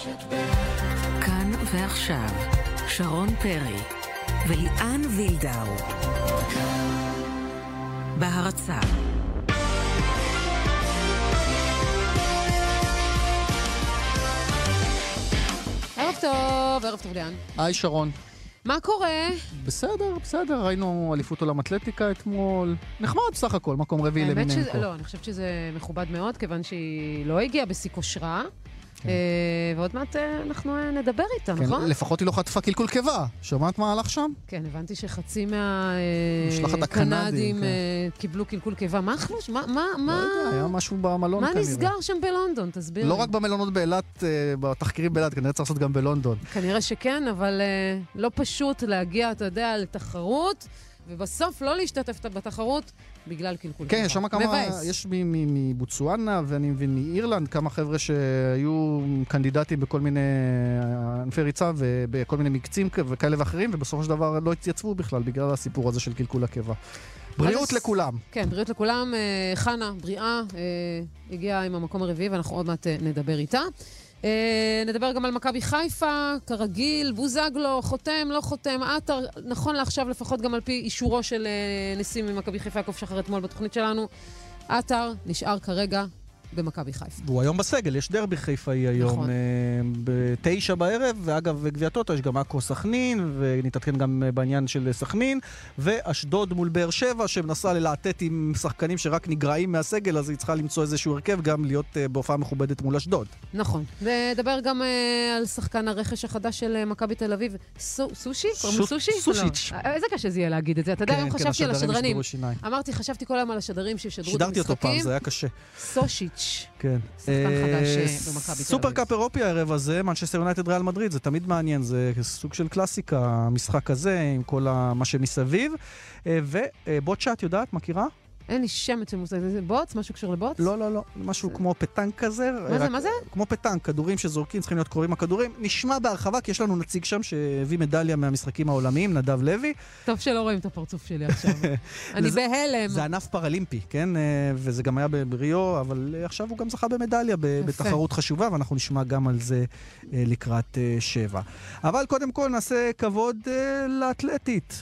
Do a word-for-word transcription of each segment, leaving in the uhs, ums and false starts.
כאן ועכשיו, שרון פרי וליאן וילדאו. בהרצה. ערב טוב, ערב טוב ליאן. היי שרון. מה קורה? בסדר, בסדר, ראינו אליפות עולם אתלטיקה אתמול. נחמד בסך הכל, מקום רביעי למיננקו. שזה, לא, אני חושבת שזה מכובד מאוד, כיוון שהיא לא הגיעה בשיא כושרה. כן. ועוד מעט אנחנו נדבר איתה, כן, נכון? לפחות היא לא חטפה קלקול קיבה. שמעת מה הלך שם? כן, הבנתי שחצי מהקנדים כן. קיבלו קלקול קיבה. מה חלוש? מה, מה, לא מה? יודע, היה משהו במלון מה כנראה. מה נסגר שם בלונדון? תסביר. לא לי. רק במלונות באילת, בתחקירים באילת, כנראה צריך לעשות גם בלונדון. כנראה שכן, אבל לא פשוט להגיע, אתה יודע, לתחרות, ובסוף לא להשתתף בתחרות בגלל קלקול קיבה. כן, יש שם כמה, יש מבוצואנה, ואני מבין מאירלנד, כמה חבר'ה שהיו קנדידטים בכל מיני ענפי ריצה, ובכל מיני מקצים וכאלה ואחרים, ובסופו של דבר לא התייצבו בכלל, בגלל הסיפור הזה של קלקול הקיבה. בריאות לכולם. כן, בריאות לכולם. חנה, בריאה, הגיעה עם המקום הרביעי, ואנחנו עוד מעט נדבר איתה. נדבר גם על מכבי חיפה, כרגיל, בוזגלו, חותם, לא חותם, עטר, נכון לעכשיו לפחות גם על פי אישורו של נשיא ממכבי חיפה, יעקב שחר אתמול בתוכנית שלנו, עטר נשאר כרגע במכבי חיפה. והוא היום בסגל, יש דרבי חיפאי היום נכון. בתשע בערב, ואגב גביע טוטו יש גם עכו סכנין, ונתעדכן גם בעניין של סכנין, ואשדוד מול באר שבע, שמנסה ללעטט עם שחקנים שרק נגרעים מהסגל, אז היא צריכה למצוא איזשהו הרכב, גם להיות בהופעה מכובדת מול אשדוד. נכון. ונדבר גם uh, על שחקן הרכש החדש של uh, מכבי תל אביב, סו, סושי? קוראים לו סושי? סושיץ'. לא. איזה קשה זה יהיה להגיד את זה. אתה יודע, היום חשבתי על השדרנים. אמרתי, חשבתי כל היום על השדרים שישדרו את המשחקים. שידרתי אותו פעם, זה היה קשה. סושיץ'. כן. שחקן חדש במכבי תל אביב. סופר קאפ אירופי הערב הזה, מנצ'סטר יונייטד ריאל מדריד, זה תמיד מעניין, זה סוג של קלאסיקה, המשחק הזה עם כל מה שמסביב. ובוטשה, את יודעת, מכירה? אין לי שמץ של מושג, זה בוץ? משהו קשור לבוץ? לא, לא, לא, משהו כמו פטנק כזה. מה זה, מה זה? כמו פטנק, כדורים שזורקים, צריכים להיות קרובים הכדורים. נשמע בהרחבה, כי יש לנו נציג שם שהביא מדליה מהמשחקים העולמיים, נדב לוי. טוב שלא רואים את הפרצוף שלי עכשיו. אני בהלם. זה ענף פרלימפי, כן? וזה גם היה בריו, אבל עכשיו הוא גם זכה במדליה בתחרות חשובה, ואנחנו נשמע גם על זה לקראת שבע. אבל קודם כל נעשה כבוד לאתלטית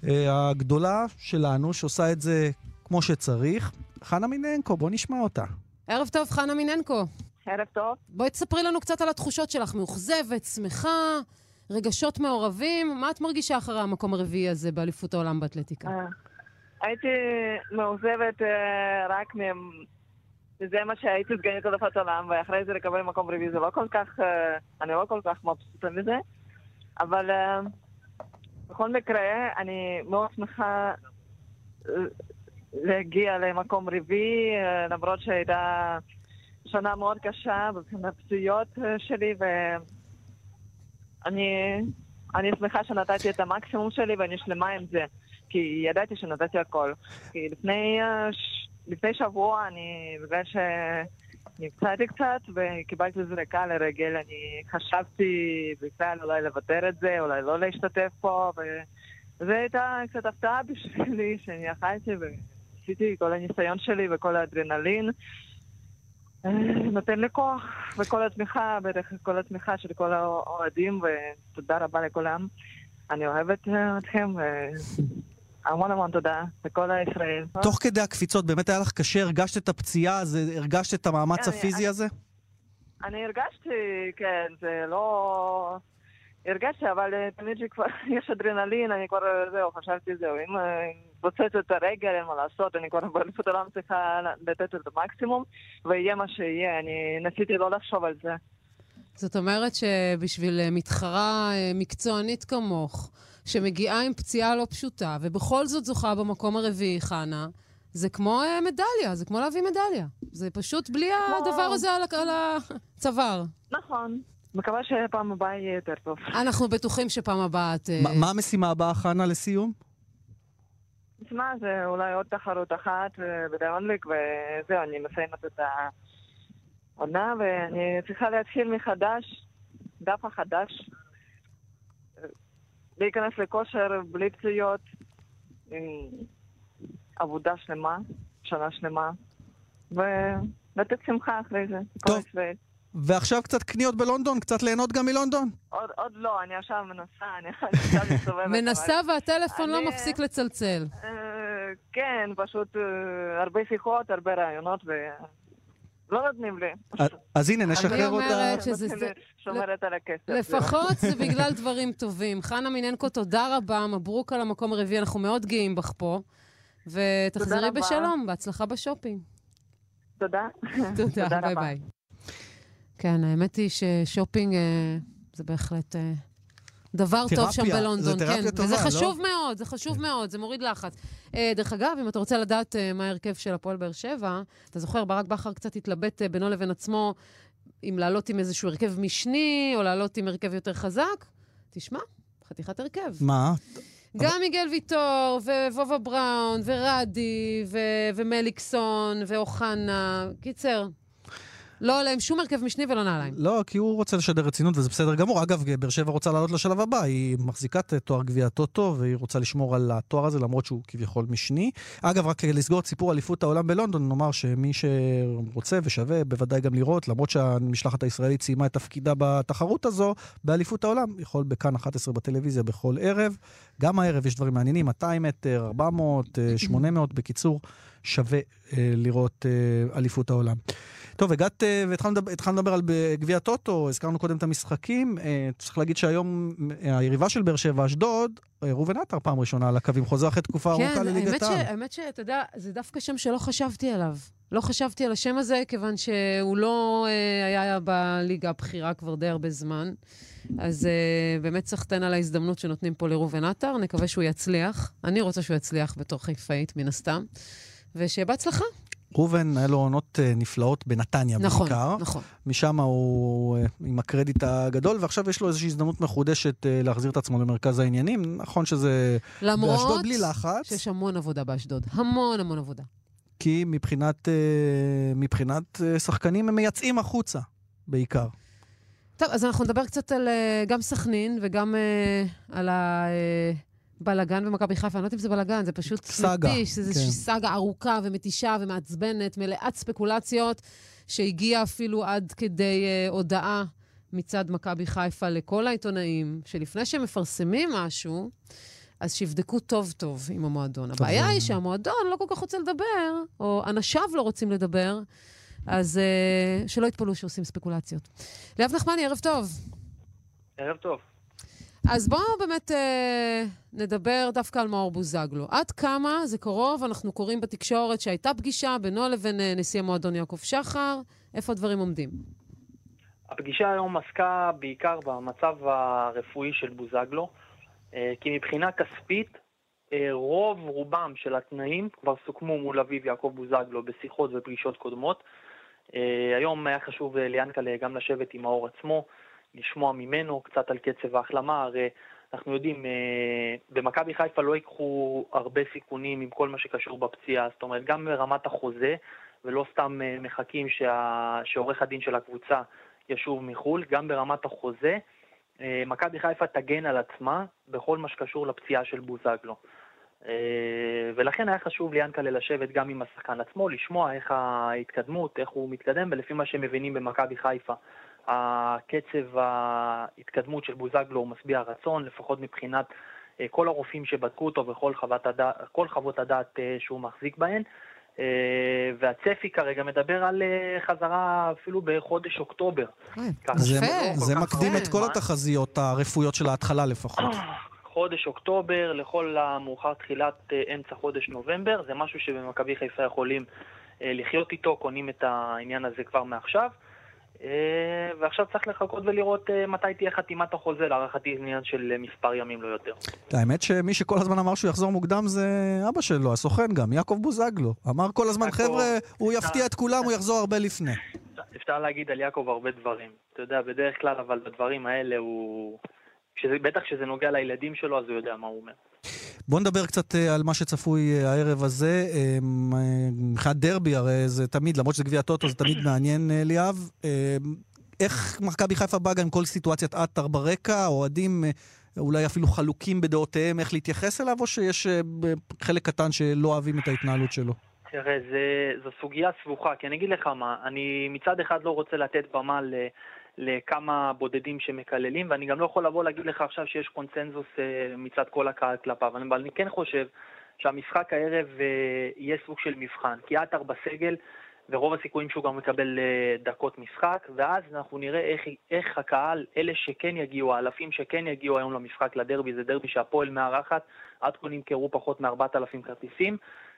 הגדולה שלנו, שעושה את זה כמו שצריך. חנה מיננקו, בוא נשמע אותה. ערב טוב, חנה מיננקו. ערב טוב. בואי תספרי לנו קצת על התחושות שלך, מאוכזבת, שמחה, רגשות מעורבים. מה את מרגישה אחרי המקום הרביעי הזה באליפות העולם באתלטיקה? הייתי מאוכזבת רק מזה מה שהייתי סגנית אלופת העולם, ואחרי זה לקבל מקום רביעי זה לא כל כך, אני לא כל כך מבסוטה מזה, אבל בכל מקרה אני מאוד שמחה להגיע למקום רביעי, למרות שהייתה שנה מאוד קשה מבחינת הפציעות שלי, ואני אני שמחה שנתתי את המקסימום שלי ואני שלמה עם זה, כי ידעתי שנתתי הכל. כי לפני, לפני שבוע, אני, בגלל שנפצעתי קצת וקיבלתי זריקה לרגל, אני חשבתי בכלל אולי לוותר את זה, אולי לא להשתתף פה, וזה הייתה קצת הפתעה בשבילי שאני יכלתי ועשיתי כל הניסיון שלי וכל האדרנלין. נותן לי כוח וכל התמיכה, בטח כל התמיכה של כל האוהדים, ותודה רבה לכולם. אני אוהבת אתכם והמון המון תודה לכל הישראל. תוך כדי הקפיצות, באמת היה לך קשה? הרגשת את הפציעה? הרגשת את המאמץ הפיזי הזה? אני הרגשתי, כן, זה לא... הרגשתי, אבל תמיד שכבר יש אדרנלין, אני כבר, זהו, חשבתי זהו, אם פוצץ את הרגל, אין מה לעשות, אני כבר באליפות העולם צריכה לתת את המקסימום, ויהיה מה שיהיה, אני ניסיתי לא לחשוב על זה. זאת אומרת שבשביל מתחרה מקצוענית כמוך, שמגיעה עם פציעה לא פשוטה, ובכל זאת זוכה במקום הרביעי, חנה, זה כמו מדליה, זה כמו להביא מדליה. זה פשוט בלי הדבר הזה על הצוואר. נכון. מקווה שפעם הבאה יהיה יותר טוב. אנחנו בטוחים שפעם הבאה את... מה המשימה הבאה, חנה, לסיום? המשימה זה אולי עוד תחרות אחת בדיונליג, וזהו, אני מסיימת את העונה, ואני צריכה להתחיל מחדש, דף החדש, להיכנס לכושר בלי פציעות, עם עבודה שלמה, שנה שלמה, ולתת שמחה אחרי זה. טוב. ועכשיו קצת קניות בלונדון, קצת ליהנות גם מלונדון? עוד, עוד לא, אני עכשיו מנסה, אני עכשיו מסתובבת. מנסה והטלפון אני- לא מפסיק לצלצל. אה, כן, פשוט אה, הרבה שיחות, הרבה רעיונות, ולא נותנים לי. אז- אז הנה, אני נשחרר אותה. אומרת שזה... אני זה- שומרת על הכסף. לפחות זה בגלל דברים טובים. חנה מיננקו, תודה רבה, מברוק על המקום הרביעי, אנחנו מאוד גאים בך פה. ותחזרי רבה. בשלום, בהצלחה בשופינג. תודה. תודה, תודה ביי רבה. ביי. כן, האמת היא ששופינג אה, זה בהחלט אה, דבר טוב תרפיה, שם זה בלונדון. תרפיה כן, טובה, וזה לא? חשוב מאוד, זה חשוב מאוד, זה מוריד לחץ. אה, דרך אגב, אם אתה רוצה לדעת אה, מה ההרכב של הפועל באר שבע, אתה זוכר, ברק בכר קצת התלבט אה, בינו לבין עצמו, אם לעלות עם איזשהו הרכב משני, או לעלות עם הרכב יותר חזק. תשמע, חתיכת הרכב. מה? גם מיגל ויטור, ווובה בראון, ורדי, ו- ומליקסון, ואוחנה. קיצר, לא עליהם שום הרכב משני ולא נעליים. לא, כי הוא רוצה לשדר רצינות, וזה בסדר גמור. אגב, באר שבע רוצה לעלות לשלב הבא, היא מחזיקת תואר גביע טוטו, והיא רוצה לשמור על התואר הזה, למרות שהוא כביכול משני. אגב, רק לסגור את סיפור אליפות העולם בלונדון, נאמר שמי שרוצה ושווה, בוודאי גם לראות, למרות שהמשלחת הישראלית סיימה את תפקידה בתחרות הזו, באליפות העולם, יכול בכאן אחת עשרה בטלוויזיה בכל ערב. גם הערב יש דברים מעניינים, מאתיים מטר, ארבע מאות, שמונה מאות, בקיצור, שווה אה, לראות אה, אליפות העולם. טוב, הגעת והתחלנו לדבר, התחלנו לדבר על גביע טוטו, הזכרנו קודם את המשחקים. צריך להגיד שהיום היריבה של באר שבע, אשדוד, ראובן עטר פעם ראשונה על הקווים, חוזר אחרי תקופה ארוכה לליגת העל. כן, האמת שאתה יודע, זה דווקא שם שלא חשבתי עליו. לא חשבתי על השם הזה, כיוון שהוא לא היה בליגה הבחירה כבר די הרבה זמן. אז באמת סחטן על ההזדמנות שנותנים פה לראובן עטר. נקווה שהוא יצליח. אני רוצה שהוא יצליח בתור חיפאית, מן הסתם. ושיהיה בהצלחה. ראובן, היה לו עונות נפלאות בנתניה נכון, בעיקר. נכון. משם הוא עם הקרדיט הגדול, ועכשיו יש לו איזושהי הזדמנות מחודשת להחזיר את עצמו למרכז העניינים. נכון שזה באשדוד בלי לחץ. למרות שיש המון עבודה באשדוד. המון המון עבודה. כי מבחינת, מבחינת שחקנים הם מייצאים החוצה, בעיקר. טוב, אז אנחנו נדבר קצת על גם סכנין וגם על ה... בלגן במכבי חיפה, אני לא יודעת אם זה בלגן, זה פשוט סאגה, מתיש, זה איזושהי סאגה ארוכה ומתישה ומעצבנת, מלאת ספקולציות, שהגיעה אפילו עד כדי אה, הודעה מצד מכבי חיפה לכל העיתונאים, שלפני שהם מפרסמים משהו, אז שיבדקו טוב טוב עם המועדון. הבעיה היא שהמועדון לא כל כך רוצה לדבר, או אנשיו לא רוצים לדבר, אז אה, שלא יתפלו שעושים ספקולציות. ליאב נחמני, ערב טוב. ערב טוב. אז בואו באמת אה, נדבר דווקא על מאור בוזגלו. עד כמה זה קרוב, אנחנו קוראים בתקשורת שהייתה פגישה בינו לבין אה, נשיא המועדון יעקב שחר. איפה הדברים עומדים? הפגישה היום עסקה בעיקר במצב הרפואי של בוזגלו, אה, כי מבחינה כספית, אה, רוב רובם של התנאים כבר סוכמו מול אביו יעקב בוזגלו בשיחות ופגישות קודמות. אה, היום היה חשוב ליאנקלה גם לשבת עם מאור עצמו, לשמוע ממנו קצת על קצב ההחלמה. הרי אנחנו יודעים, במכבי חיפה לא ייקחו הרבה סיכונים עם כל מה שקשור בפציעה, זאת אומרת, גם ברמת החוזה, ולא סתם מחכים שה... שעורך הדין של הקבוצה ישוב מחול, גם ברמת החוזה, מכבי חיפה תגן על עצמה בכל מה שקשור לפציעה של בוזגלו. ולכן היה חשוב ליאנקלה לשבת גם עם השחקן עצמו, לשמוע איך ההתקדמות, איך הוא מתקדם, ולפי מה שמבינים במכבי חיפה, הקצב ההתקדמות של בוזגלו הוא משביע רצון, לפחות מבחינת כל הרופאים שבדקו אותו וכל חוות הדעת, כל חוות הדעת שהוא מחזיק בהן. והצפי כרגע מדבר על חזרה אפילו בחודש אוקטובר. זה מקדים את כל התחזיות הרפואיות של ההתחלה לפחות. חודש אוקטובר, לכל המאוחר תחילת אמצע חודש נובמבר, זה משהו שבמכבי חיפה יכולים לחיות איתו, קונים את העניין הזה כבר מעכשיו. ועכשיו צריך לחכות ולראות מתי תהיה חתימת החוזה, להערכתי עניין של מספר ימים לא יותר. האמת שמי שכל הזמן אמר שהוא יחזור מוקדם זה אבא שלו, הסוכן גם, יעקב בוזגלו. אמר כל הזמן, חבר'ה, הוא יפתיע את כולם, הוא יחזור הרבה לפני. אפשר להגיד על יעקב הרבה דברים. אתה יודע, בדרך כלל, אבל בדברים האלה הוא... בטח כשזה נוגע לילדים שלו, אז הוא יודע מה הוא אומר. בוא נדבר קצת על מה שצפוי הערב הזה. מבחינת דרבי, הרי זה תמיד, למרות שזה גביע טוטו, זה תמיד מעניין, ליאב. איך מכבי חיפה באה גם עם כל סיטואציית עטר ברקע, אוהדים אולי אפילו חלוקים בדעותיהם איך להתייחס אליו, או שיש חלק קטן שלא אוהבים את ההתנהלות שלו? תראה, זה, זו סוגיה סבוכה, כי אני אגיד לך מה, אני מצד אחד לא רוצה לתת במה ל, לכמה בודדים שמקללים, ואני גם לא יכול לבוא להגיד לך עכשיו שיש קונצנזוס מצד כל הקהל כלפיו, אבל אני כן חושב שהמשחק הערב יהיה סוג של מבחן, כי עטר בסגל, ורוב הסיכויים שהוא גם מקבל דקות משחק, ואז אנחנו נראה איך, איך הקהל, אלה שכן יגיעו, האלפים שכן יגיעו היום למשחק לדרבי, זה דרבי שהפועל מארחת, עד כה נמכרו פחות מ-ארבעת אלפים כרטיסים,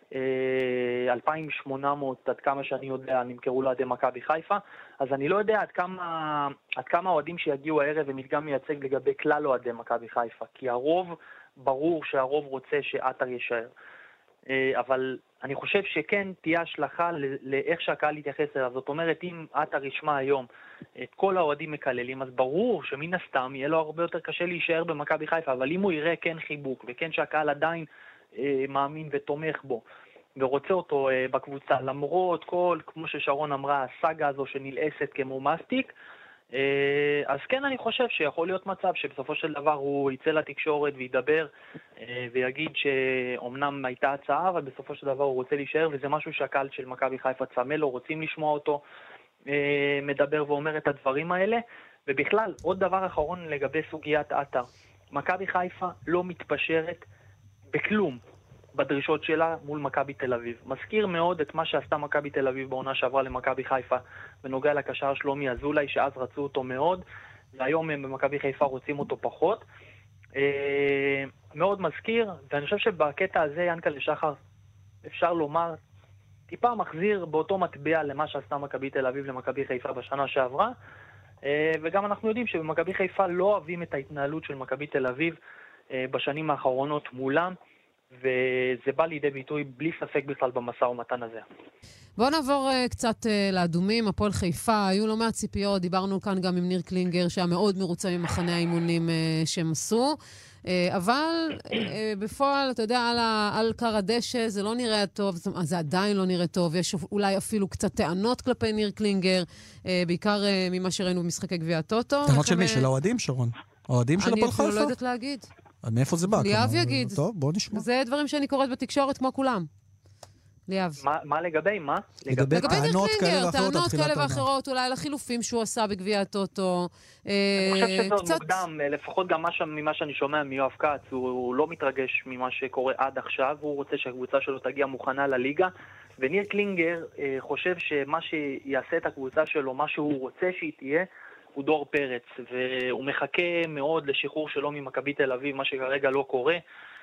אלפיים ושמונה מאות עד כמה שאני יודע נמכרו לידי מכבי חיפה, אז אני לא יודע עד כמה, עד כמה אוהדים שיגיעו הערב ומדגם מייצג לגבי כלל אוהדי מכבי חיפה, כי הרוב, ברור שהרוב רוצה שעטר יישאר. אבל אני חושב שכן תהיה השלכה לאיך שהקהל יתייחס אליו. זאת אומרת, אם עטר ישמע היום את כל האוהדים מקללים, אז ברור שמן הסתם יהיה לו הרבה יותר קשה להישאר במכבי חיפה, אבל אם הוא יראה כן חיבוק, וכן שהקהל עדיין אה, מאמין ותומך בו, ורוצה אותו אה, בקבוצה, למרות כל, כמו ששרון אמרה, הסאגה הזו שנלעסת כמו מסטיק, אז כן, אני חושב שיכול להיות מצב שבסופו של דבר הוא יצא לתקשורת וידבר ויגיד שאומנם הייתה הצעה, אבל בסופו של דבר הוא רוצה להישאר, וזה משהו שהקהל של מכבי חיפה צמא לו, רוצים לשמוע אותו מדבר ואומר את הדברים האלה. ובכלל, עוד דבר אחרון לגבי סוגיית עטר, מכבי חיפה לא מתפשרת בכלום בדרישות שלה מול מכבי תל אביב. מזכיר מאוד את מה שעשתה מכבי תל אביב בעונה שעברה למכבי חיפה בנוגע לקשר שלומי אזולאי, שאז רצו אותו מאוד, והיום הם במכבי חיפה רוצים אותו פחות. אה, מאוד מזכיר, ואני חושב שבקטע הזה ינקל שחר אפשר לומר טיפה מחזיר באותו מטבע למה שעשתה מכבי תל אביב למכבי חיפה בשנה שעברה, אה, וגם אנחנו יודעים שבמכבי חיפה לא אוהבים את ההתנהלות של מכבי תל אביב אה, בשנים האחרונות מולם, וזה בא לידי ביטוי בלי ספק בכלל במשא ומתן הזה. בואו נעבור uh, קצת uh, לאדומים. הפועל חיפה, היו לא מעט ציפיות, דיברנו כאן גם עם ניר קלינגר שהיה מאוד מרוצה ממחנה האימונים uh, שהם עשו, uh, אבל uh, בפועל, אתה יודע, על, ה- על קר הדשא זה לא נראה טוב, זה, זה עדיין לא נראה טוב, יש אולי אפילו קצת טענות כלפי ניר קלינגר, uh, בעיקר uh, ממה שראינו במשחקי גביע הטוטו. טענות של מי? של האוהדים, שרון? האוהדים של הפועל חיפה? אני אפילו לא יודעת להגיד. מאיפה זה בא? ליאב יגיד. טוב, בוא נשמע. זה דברים שאני קוראת בתקשורת כמו כולם. ליאב. מה, מה לגבי? מה? לגבי לגבי ניר טענות כאלה קלינגר, ואחרות, טענות תחילת כאלה העונה. ואחרות, אולי לחילופים שהוא עשה בגביע הטוטו. אני חושב שזה עוד מוקדם, לפחות גם ממה שאני שומע מיואב כץ, הוא לא מתרגש ממה שקורה עד עכשיו, הוא רוצה שהקבוצה שלו תגיע מוכנה לליגה, וניר קלינגר חושב שמה שיעשה את הקבוצה שלו, מה שהוא רוצה שהיא תהיה, הוא דור פרץ, והוא מחכה מאוד לשחרור שלו ממכבי תל אביב, מה שכרגע לא קורה.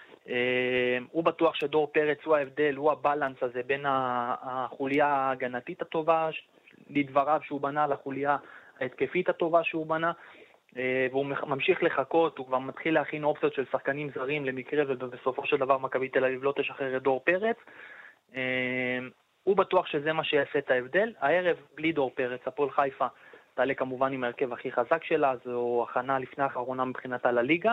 הוא בטוח שדור פרץ הוא ההבדל, הוא הבלנס הזה בין החוליה ההגנתית הטובה, לדבריו שהוא בנה, לחוליה ההתקפית הטובה שהוא בנה, והוא ממשיך לחכות, הוא כבר מתחיל להכין אופציות של שחקנים זרים למקרה, ובסופו של דבר מכבי תל אביב לא תשחרר את דור פרץ. הוא בטוח שזה מה שיעשה את ההבדל. הערב בלי דור פרץ, הפועל חיפה תעלה כמובן עם ההרכב הכי חזק שלה, זו הכנה לפני האחרונה מבחינתה לליגה.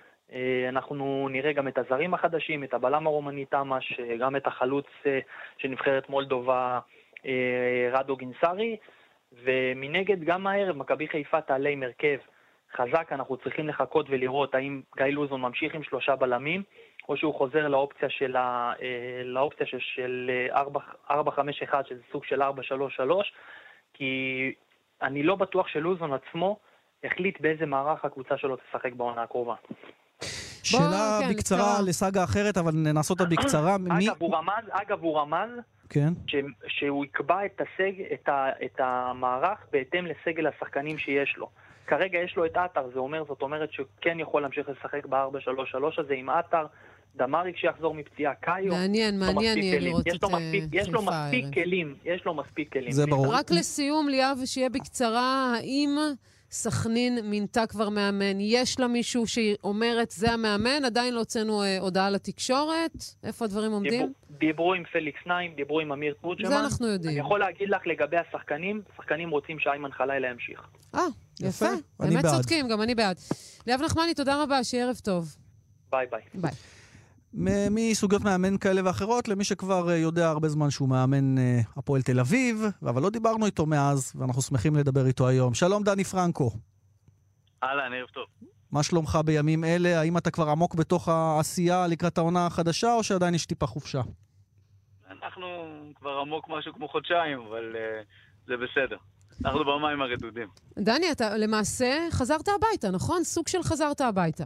אנחנו נראה גם את הזרים החדשים, את הבלם הרומני תמש, גם את החלוץ שנבחרת מולדובה רדו גינסרי, ומנגד גם הערב מכבי חיפה תעלה עם הרכב חזק. אנחנו צריכים לחכות ולראות האם גיא לוזון ממשיך עם שלושה בלמים, או שהוא חוזר לאופציה של, לאופציה של ארבע חמש אחת, שזה סוג של ארבע שלוש שלוש, כי אני לא בטוח שלוזון עצמו החליט באיזה מערך הקבוצה שלו תשחק בעונה הקרובה. שאלה כן, בקצרה בקצרה. לסאגה אחרת, אבל נעשה אותה בקצרה. מי... אגב, הוא רמז, אגב, הוא רמז כן. ש, שהוא יקבע את, הסג, את, ה, את המערך בהתאם לסגל השחקנים שיש לו. כרגע יש לו את עטר, זה אומר, זאת אומרת שכן יכול להמשיך לשחק ב-ארבע שלוש שלוש הזה עם עטר, דמריק שיחזור מפציעה, קאיו. מעניין, מעניין יהיה לראות את חיפה. יש לו מספיק כלים, יש לו מספיק כלים. זה ברור. רק לסיום, ליאב, שיהיה בקצרה, האם סכנין מינתה כבר מאמן? יש לה מישהו שאומרת, זה המאמן? עדיין לא הוצאנו אה, הודעה לתקשורת? איפה הדברים עומדים? דיברו, דיברו עם פליקס נעים, דיברו עם אמיר תורג'מן. זה אנחנו יודעים. אני יכול להגיד לך לגבי השחקנים, השחקנים רוצים שאיימן חלילה ימשיך. אה, יפה. אני באמת בעד. צודקים, גם אני בעד. ליאב נחמני, תודה רבה, שיהיה ערב טוב. ביי ביי. ביי. מ- מסוגיות מאמן כאלה ואחרות, למי שכבר אה, יודע הרבה זמן שהוא מאמן אה, הפועל תל אביב, אבל לא דיברנו איתו מאז, ואנחנו שמחים לדבר איתו היום. שלום דני פרנקו. אהלן, ערב טוב. מה שלומך בימים אלה? האם אתה כבר עמוק בתוך העשייה לקראת העונה החדשה, או שעדיין יש טיפה חופשה? אנחנו אנחנו כבר עמוק משהו כמו חודשיים, אבל uh, זה בסדר. אנחנו במים הרדודים. דני, אתה למעשה חזרת הביתה, נכון? סוג של חזרת הביתה.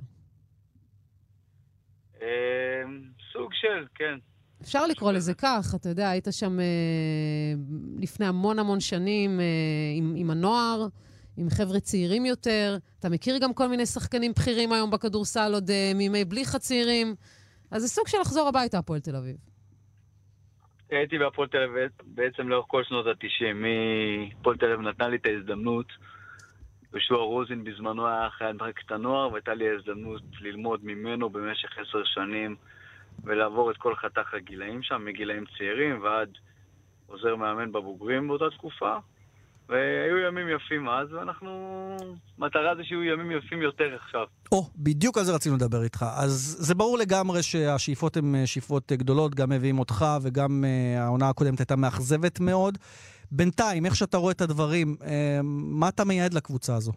Uh, סוג של, כן. אפשר לקרוא לזה כך, אתה יודע, היית שם אה, לפני המון המון שנים אה, עם, עם הנוער, עם חבר'ה צעירים יותר. אתה מכיר גם כל מיני שחקנים בכירים היום בכדורסל, עוד אה, מימי בלי חצעירים. אז זה סוג של לחזור הביתה, הפועל תל אביב. הייתי בהפועל תל אביב בעצם לאורך כל שנות ה-תשעים. הפועל תל אביב נתנה לי את ההזדמנות. יהושע רוזין בזמנו היה אחראי מחלקת הנוער, והייתה לי ההזדמנות ללמוד ממנו במשך עשר שנים. ולעבור את כל חתך הגילאים שם, מגילאים צעירים ועד עוזר מאמן בבוגרים באותה תקופה. והיו ימים יפים אז, ואנחנו... מטרה זה שיהיו ימים יפים יותר עכשיו. או, oh, בדיוק על זה רצינו לדבר איתך. אז זה ברור לגמרי שהשאיפות הן שאיפות גדולות, גם מביאים אותך, וגם uh, העונה הקודמת הייתה מאכזבת מאוד. בינתיים, איך שאתה רואה את הדברים, uh, מה אתה מייעד לקבוצה הזו?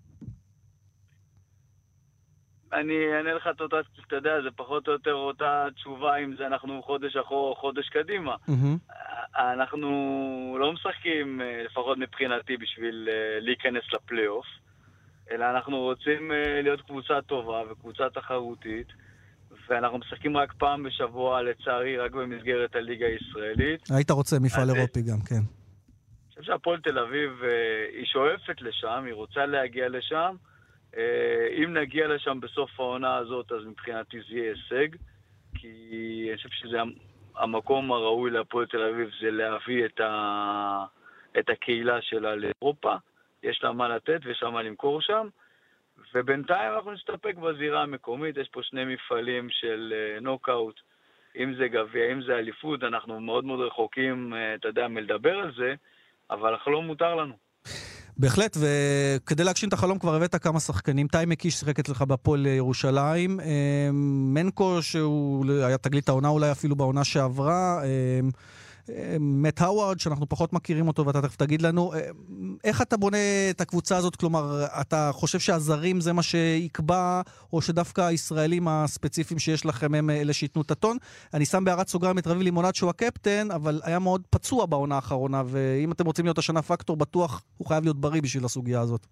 אני אענה לך את אותה, אתה יודע, זה פחות או יותר אותה תשובה אם זה אנחנו חודש אחורה או חודש קדימה. Mm-hmm. אנחנו לא משחקים, לפחות מבחינתי, בשביל להיכנס לפלייאוף, אלא אנחנו רוצים להיות קבוצה טובה וקבוצה תחרותית, ואנחנו משחקים רק פעם בשבוע, לצערי, רק במסגרת הליגה הישראלית. היית רוצה מפעל אירופי גם, כן. אני חושב שהפועל תל אביב היא שואפת לשם, היא רוצה להגיע לשם, אם נגיע לשם בסוף העונה הזאת, אז מבחינתי זה יהיה הישג, כי אני חושב שזה המקום הראוי להפועל תל אביב, זה להביא את, ה... את הקהילה שלה לאירופה, יש לה מה לתת ויש לה מה למכור שם, ובינתיים אנחנו נסתפק בזירה המקומית, יש פה שני מפעלים של נוקאוט, אם זה גביע, אם זה אליפות, אנחנו מאוד מאוד רחוקים, אתה יודע, מלדבר על זה, אבל החלום מותר לנו. בהחלט, וכדי להגשים את החלום כבר הבאת כמה שחקנים. טי מקיש שיחק אצלך בהפועל ירושלים, מנקו שהוא היה תגלית העונה אולי אפילו בעונה שעברה, מט האווארד שאנחנו פחות מכירים אותו ואתה תכף תגיד לנו, איך אתה בונה את הקבוצה הזאת? כלומר, אתה חושב שהזרים זה מה שיקבע, או שדווקא הישראלים הספציפיים שיש לכם הם אלה שיתנו את הטון? אני שם בהערת סוגריים את רביב לימונד שהוא הקפטן, אבל היה מאוד פצוע בעונה האחרונה, ואם אתם רוצים להיות השנה פקטור, בטוח הוא חייב להיות בריא בשביל הסוגיה הזאת.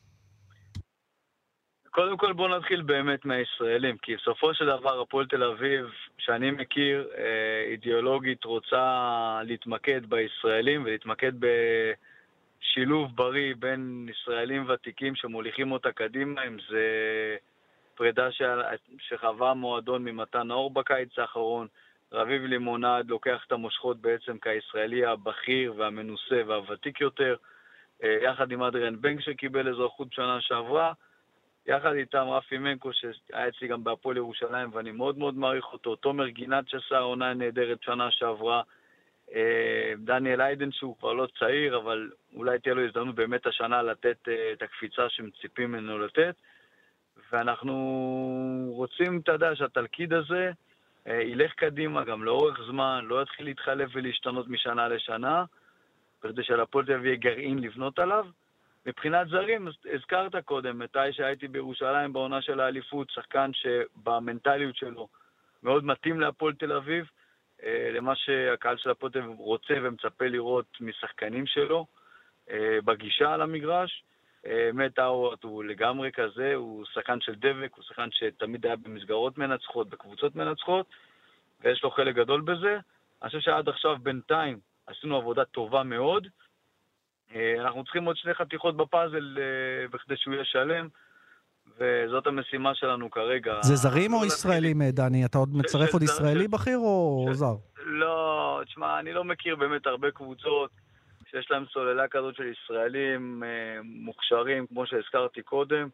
קודם כל בוא נתחיל באמת מהישראלים, כי בסופו של דבר הפועל תל אביב, שאני מכיר, אידיאולוגית רוצה להתמקד בישראלים ולהתמקד בשילוב בריא בין ישראלים ותיקים שמוליכים אותה קדימה, אם זה פרידה שחווה מועדון ממתן האור בקיץ האחרון, רביב לימונד לוקח את המושכות בעצם כישראלי הבכיר והמנוסה והוותיק יותר, יחד עם אדריאן בנק שקיבל אזרחות בשנה שעברה, יחד איתם רפי מנקו שהיה אצלי גם בהפועל ירושלים ואני מאוד מאוד מעריך אותו, תומר גינת שעשה עונה נהדרת שנה שעברה, דניאל איידן שהוא כבר לא צעיר אבל אולי תהיה לו הזדמנות באמת השנה לתת את הקפיצה שמציפים ממנו לתת, ואנחנו רוצים, אתה יודע, שהתלכיד הזה ילך קדימה גם לאורך זמן, לא יתחיל להתחלף ולהשתנות משנה לשנה, כדי שלהפועל תל אביב יהיה גרעין לבנות עליו. מבחינת זרים, הזכרת קודם, מתי שהייתי בירושלים בעונה של האליפות, שחקן שבמנטליות שלו מאוד מתאים להפועל תל אביב, למה שהקהל של הפועל תל אביב רוצה ומצפה לראות משחקנים שלו, בגישה על המגרש. מט האווארד הוא לגמרי כזה, הוא שחקן של דבק, הוא שחקן שתמיד היה במסגרות מנצחות, בקבוצות מנצחות, ויש לו חלק גדול בזה. אני חושב שעד עכשיו בינתיים עשינו עבודה טובה מאוד, אנחנו צריכים עוד שני חתיכות בפאזל בכדי שהוא יהיה שלם, וזאת המשימה שלנו כרגע. זה זרים או ישראלים, דני? אתה עוד מצרף עוד ישראלי בכיר או זר? לא, תשמע, אני לא מכיר באמת הרבה קבוצות שיש להם סוללה כזאת של ישראלים מוכשרים, כמו שהזכרתי קודם.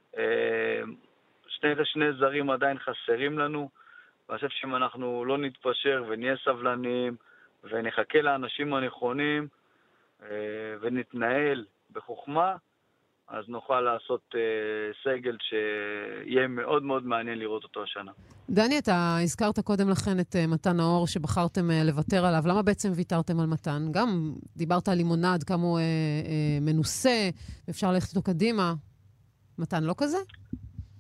שני, שני זרים עדיין חסרים לנו, ואני חושב שאם אנחנו לא נתפשר ונהיה סבלניים ונחכה לאנשים הנכונים, ונתנהל בחוכמה, אז נוכל לעשות סגל שיהיה מאוד מאוד מעניין לראות אותו השנה. דני, אתה הזכרת קודם לכן את מתן האור שבחרתם לוותר עליו. למה בעצם ויתרתם על מתן? גם דיברת על לימונד, כמה הוא מנוסה, ואפשר ללכת איתו קדימה. מתן לא כזה?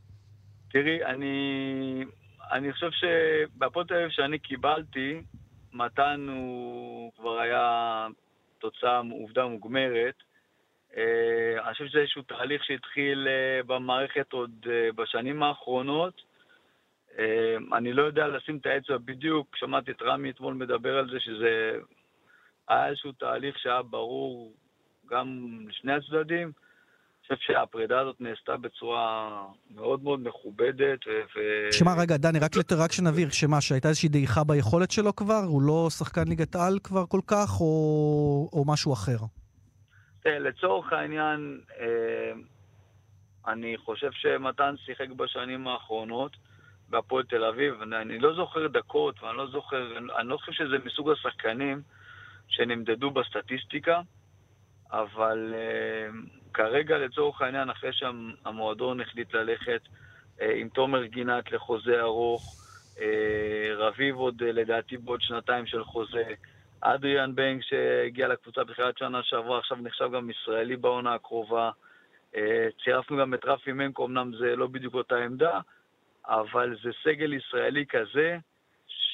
תראי, אני, אני חושב שבהפועל תל אביב שאני קיבלתי, מתן הוא כבר היה תוצאה, עובדה מוגמרת. אני חושב שזה איזשהו תהליך שהתחיל במערכת עוד בשנים האחרונות. אני לא יודע לשים את האצבע בדיוק, שמעתי את רמי אתמול מדבר על זה, שזה היה איזשהו תהליך שהיה ברור גם לשני הצדדים. אני חושב שהפרידה הזאת נעשתה בצורה מאוד מאוד מכובדת. ו... שמה, רגע, דני, רק, לת... רק שנבהיר, שמה, שהייתה איזושהי דעיכה ביכולת שלו כבר? הוא לא שחקן ליגת העל כבר כל כך, או, או משהו אחר? לצורך העניין, אני חושב שמתן שיחק בשנים האחרונות בהפועל תל אביב. אני לא זוכר דקות, ואני לא זוכר, אני לא חושב שזה מסוג השחקנים שנמדדו בסטטיסטיקה, אבל כרגע לצורך העניין, אחרי שהמועדון החליט ללכת עם תומר גינת לחוזה ארוך, רביב עוד לדעתי בעוד שנתיים של חוזה, אדריאן בנק שהגיע לקבוצה בתחילת שנה שעברה, עכשיו נחשב גם ישראלי בעונה הקרובה, צירפנו גם את רפי מנקו, אמנם זה לא בדיוק אותה עמדה, אבל זה סגל ישראלי כזה ש...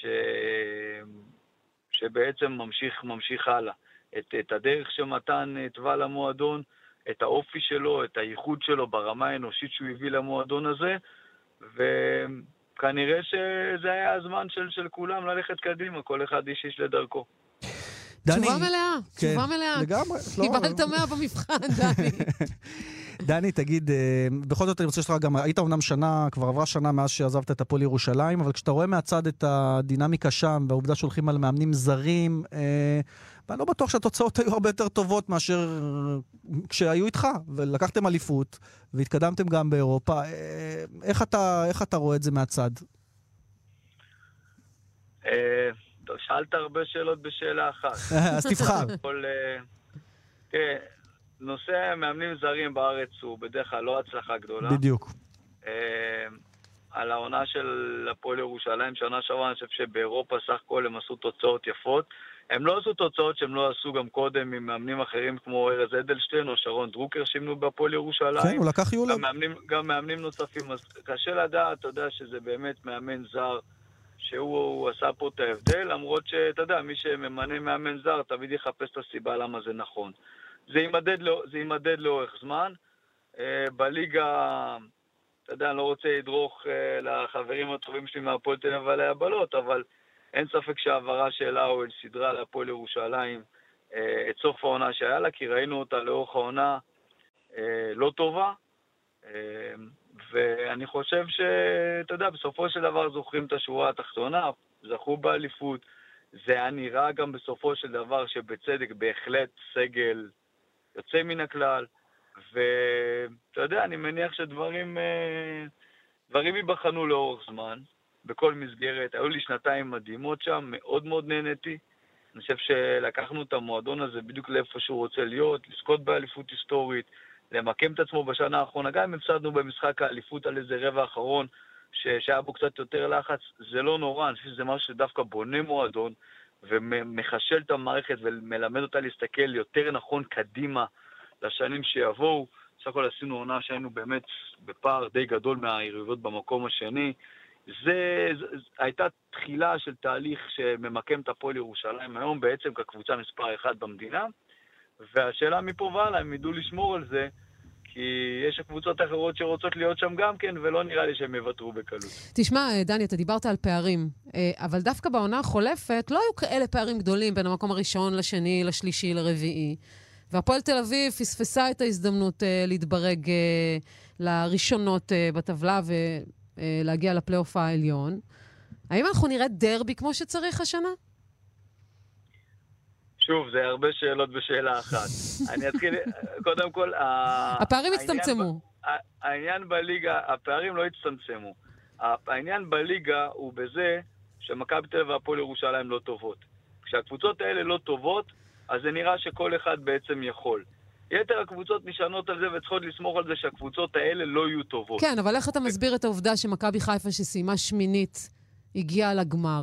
שבעצם ממשיך, ממשיך הלאה. את, את הדרך שמתן התווה למועדון, את האופי שלו, את הייחוד שלו ברמה האנושית שהוא הביא למועדון הזה, וכנראה שזה היה הזמן של, של כולם ללכת קדימה, כל אחד איש איש לדרכו. דני, תשובה מלאה, כן, תשובה מלאה. לגמרי. קיבלת מאה במבחן, דני. דני, תגיד, בכל זאת אני רוצה שלך גם, היית אומנם שנה, כבר עברה שנה מאז שעזבת את הפועל ירושלים, אבל כשאתה רואה מהצד את הדינמיקה שם, והעובדה שהולכים על מאמנים זרים, אה, ואני לא בטוח שהתוצאות היו הרבה יותר טובות מאשר כשהיו איתך, ולקחתם אליפות, והתקדמתם גם באירופה. אה, איך אתה, איך אתה רואה את זה מהצד? אה... שאלת הרבה שאלות בשאלה אחת. אז תבחר. כן, נושא מאמנים זרים בארץ הוא בדרך כלל לא הצלחה גדולה. בדיוק. על העונה של הפועל ירושלים, שנה שעברה, אני חושב שבאירופה סך הכל הם עשו תוצאות יפות. הם לא עשו תוצאות שהם לא עשו גם קודם עם מאמנים אחרים כמו ארז אדלשטיין או שרון דרוקר שימנו בהפועל ירושלים. כן, הוא לקח יולד. גם מאמנים, גם מאמנים נוספים. אז קשה לדעת, אתה יודע שזה באמת מאמן זר שהוא עשה פה את ההבדל, למרות שאתה יודע, מי שממנה מאמן זר תמיד יחפש את הסיבה למה זה נכון. זה יימדד, זה יימדד לאורך זמן. בליגה, אתה יודע, אני לא רוצה לדרוך לחברים הטובים שלי מהפועל תל אביב עלי הבלות, אבל אין ספק שהעברה של האוהל סדרה להפועל ירושלים את סוף העונה שהיה לה, כי ראינו אותה לאורך העונה לא טובה, ואני חושב שאתה יודע, בסופו של דבר זוכרים את השורה התחתונה, זכו באליפות, זה היה נראה גם בסופו של דבר שבצדק בהחלט סגל יוצא מן הכלל, ואתה יודע, אני מניח שדברים דברים ייבחנו לאורך זמן, בכל מסגרת. היו לי שנתיים מדהימות שם, מאוד מאוד נהניתי. אני חושב שלקחנו את המועדון הזה בדיוק לאיפה שהוא רוצה להיות, לזכות באליפות היסטורית, למקם את עצמו בשנה האחרונה, גם אם הפסדנו במשחק האליפות על איזה רבע האחרון, שהיה בו קצת יותר לחץ, זה לא נורא, אני חושב שזה משהו שדווקא בונה מועדון, ומחשל את המערכת ומלמד אותה להסתכל יותר נכון קדימה לשנים שיבואו. בסך הכל עשינו עונה שהיינו באמת בפער די גדול מהיריבות במקום השני. זה, זה הייתה תחילה של תהליך שממקם את הפועל ירושלים היום בעצם כקבוצה מספר אחד במדינה, והשאלה מפה והלאה, הם ידעו לשמור על זה, כי יש הקבוצות אחרות שרוצות להיות שם גם כן, ולא נראה לי שהם יוותרו בקלות. תשמע, דני, אתה דיברת על פערים, אבל דווקא בעונה החולפת לא היו כאלה פערים גדולים בין המקום הראשון לשני, לשלישי, לרביעי. והפועל תל אביב פספסה את ההזדמנות להתברג לראשונות בטבלה ולהגיע לפלייאוף העליון. האם אנחנו נראה דרבי כמו שצריך השנה? שוב, זה הרבה שאלות בשאלה אחת. אני אתחיל, קודם כל, הפערים הצטמצמו. העניין בליגה, הפערים לא הצטמצמו. העניין בליגה הוא בזה שמכבי תל אביב והפועל ירושלים לא טובות. כשהקבוצות האלה לא טובות, אז זה נראה שכל אחד בעצם יכול. יתר הקבוצות נשענות על זה וצריכות לסמוך על זה שהקבוצות האלה לא יהיו טובות. כן, אבל איך אתה מסביר את העובדה שמכבי חיפה שסיימה שמינית הגיעה לגמר?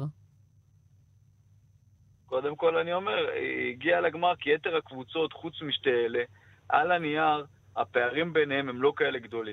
קודם כל אני אומר, היא הגיעה לגמר כי יתר הקבוצות, חוץ משתי אלה, על הנייר, הפערים ביניהם הם לא כאלה גדולים.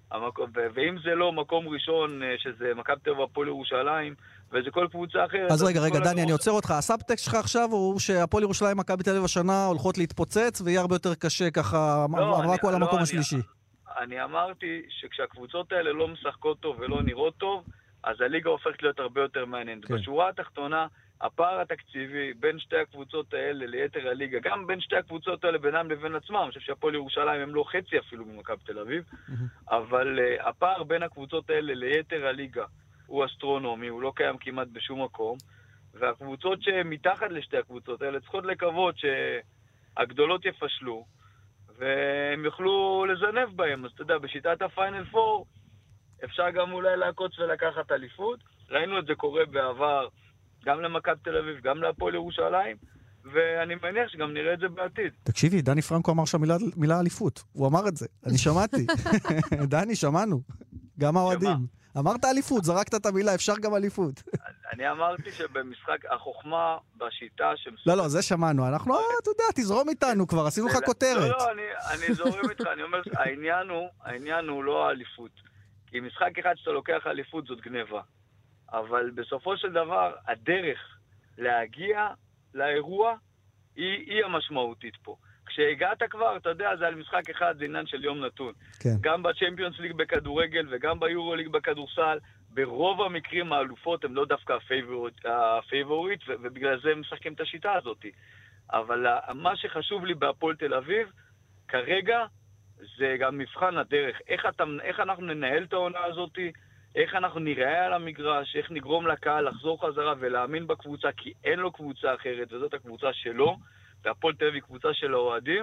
ואם זה לא מקום ראשון, שזה מכבי תל אביב והפועל ירושלים, וזה כל קבוצה אחרת... אז רגע, רגע, דני, אני עוצר אותך. הסאבטקסט שלך עכשיו הוא שהפועל ירושלים מכבי תל אביב השנה הולכות להתפוצץ, ויהיה הרבה יותר קשה ככה, רק על המקום השלישי. אני אמרתי שכשהקבוצות האלה לא משחקות טוב ולא נראות טוב, אז הליגה הופכת להיות הרבה יותר מעניינת. בשורה התחתונה, הפער התקציבי בין שתי הקבוצות האלה ליתר הליגה, גם בין שתי הקבוצות האלה בינם לבין עצמם, אני חושב שהפועל ירושלים הם לא חצי אפילו ממכבי תל אביב, אבל uh, הפער בין הקבוצות האלה ליתר הליגה הוא אסטרונומי, הוא לא קיים כמעט בשום מקום, והקבוצות שמתחת לשתי הקבוצות האלה צריכות לקוות שהגדולות יפשלו, והם יוכלו לזנב בהם. אז אתה יודע, בשיטת הפיינל פור אפשר גם אולי לעקוץ ולקחת אליפות, ראינו את זה קורה בעבר, גם למכבי תל אביב, גם להפועל ירושלים, ואני מניח שגם נראה את זה בעתיד. תקשיבי, דני פרנקו אמר שם מילה, מילה אליפות. הוא אמר את זה. אני שמעתי. דני, שמענו. גם האוהדים. אמרת אליפות, זרקת את המילה, אפשר גם אליפות. אני אמרתי שבמשחק החוכמה בשיטה... לא, לא, זה שמענו. אנחנו, אתה יודע, תזרום איתנו כבר, עשינו לך כותרת. לא, לא, אני זורם איתך, אני אומר, העניין הוא לא האליפות. כי משחק אחד שאתה לוקח אליפות זאת גניבה. אבל בסופו של דבר, הדרך להגיע לאירוע היא, היא המשמעותית פה. כשהגעת כבר, אתה יודע, זה על משחק אחד, זה עניין של יום נתון. כן. גם בצ'מפיונס ליג בכדורגל וגם ביורו ליג בכדורסל, ברוב המקרים האלופות הם לא דווקא הפייבורית, הפייבורית ובגלל זה הם משחקים את השיטה הזאת. אבל מה שחשוב לי בהפועל תל אביב, כרגע, זה גם מבחן הדרך. איך, אתה, איך אנחנו ננהל את העונה הזאת, איך אנחנו נראה על המגרש, איך נגרום לקהל לחזור חזרה ולהאמין בקבוצה, כי אין לו קבוצה אחרת, וזאת הקבוצה שלו, והפועל תל אביב היא קבוצה של האוהדים,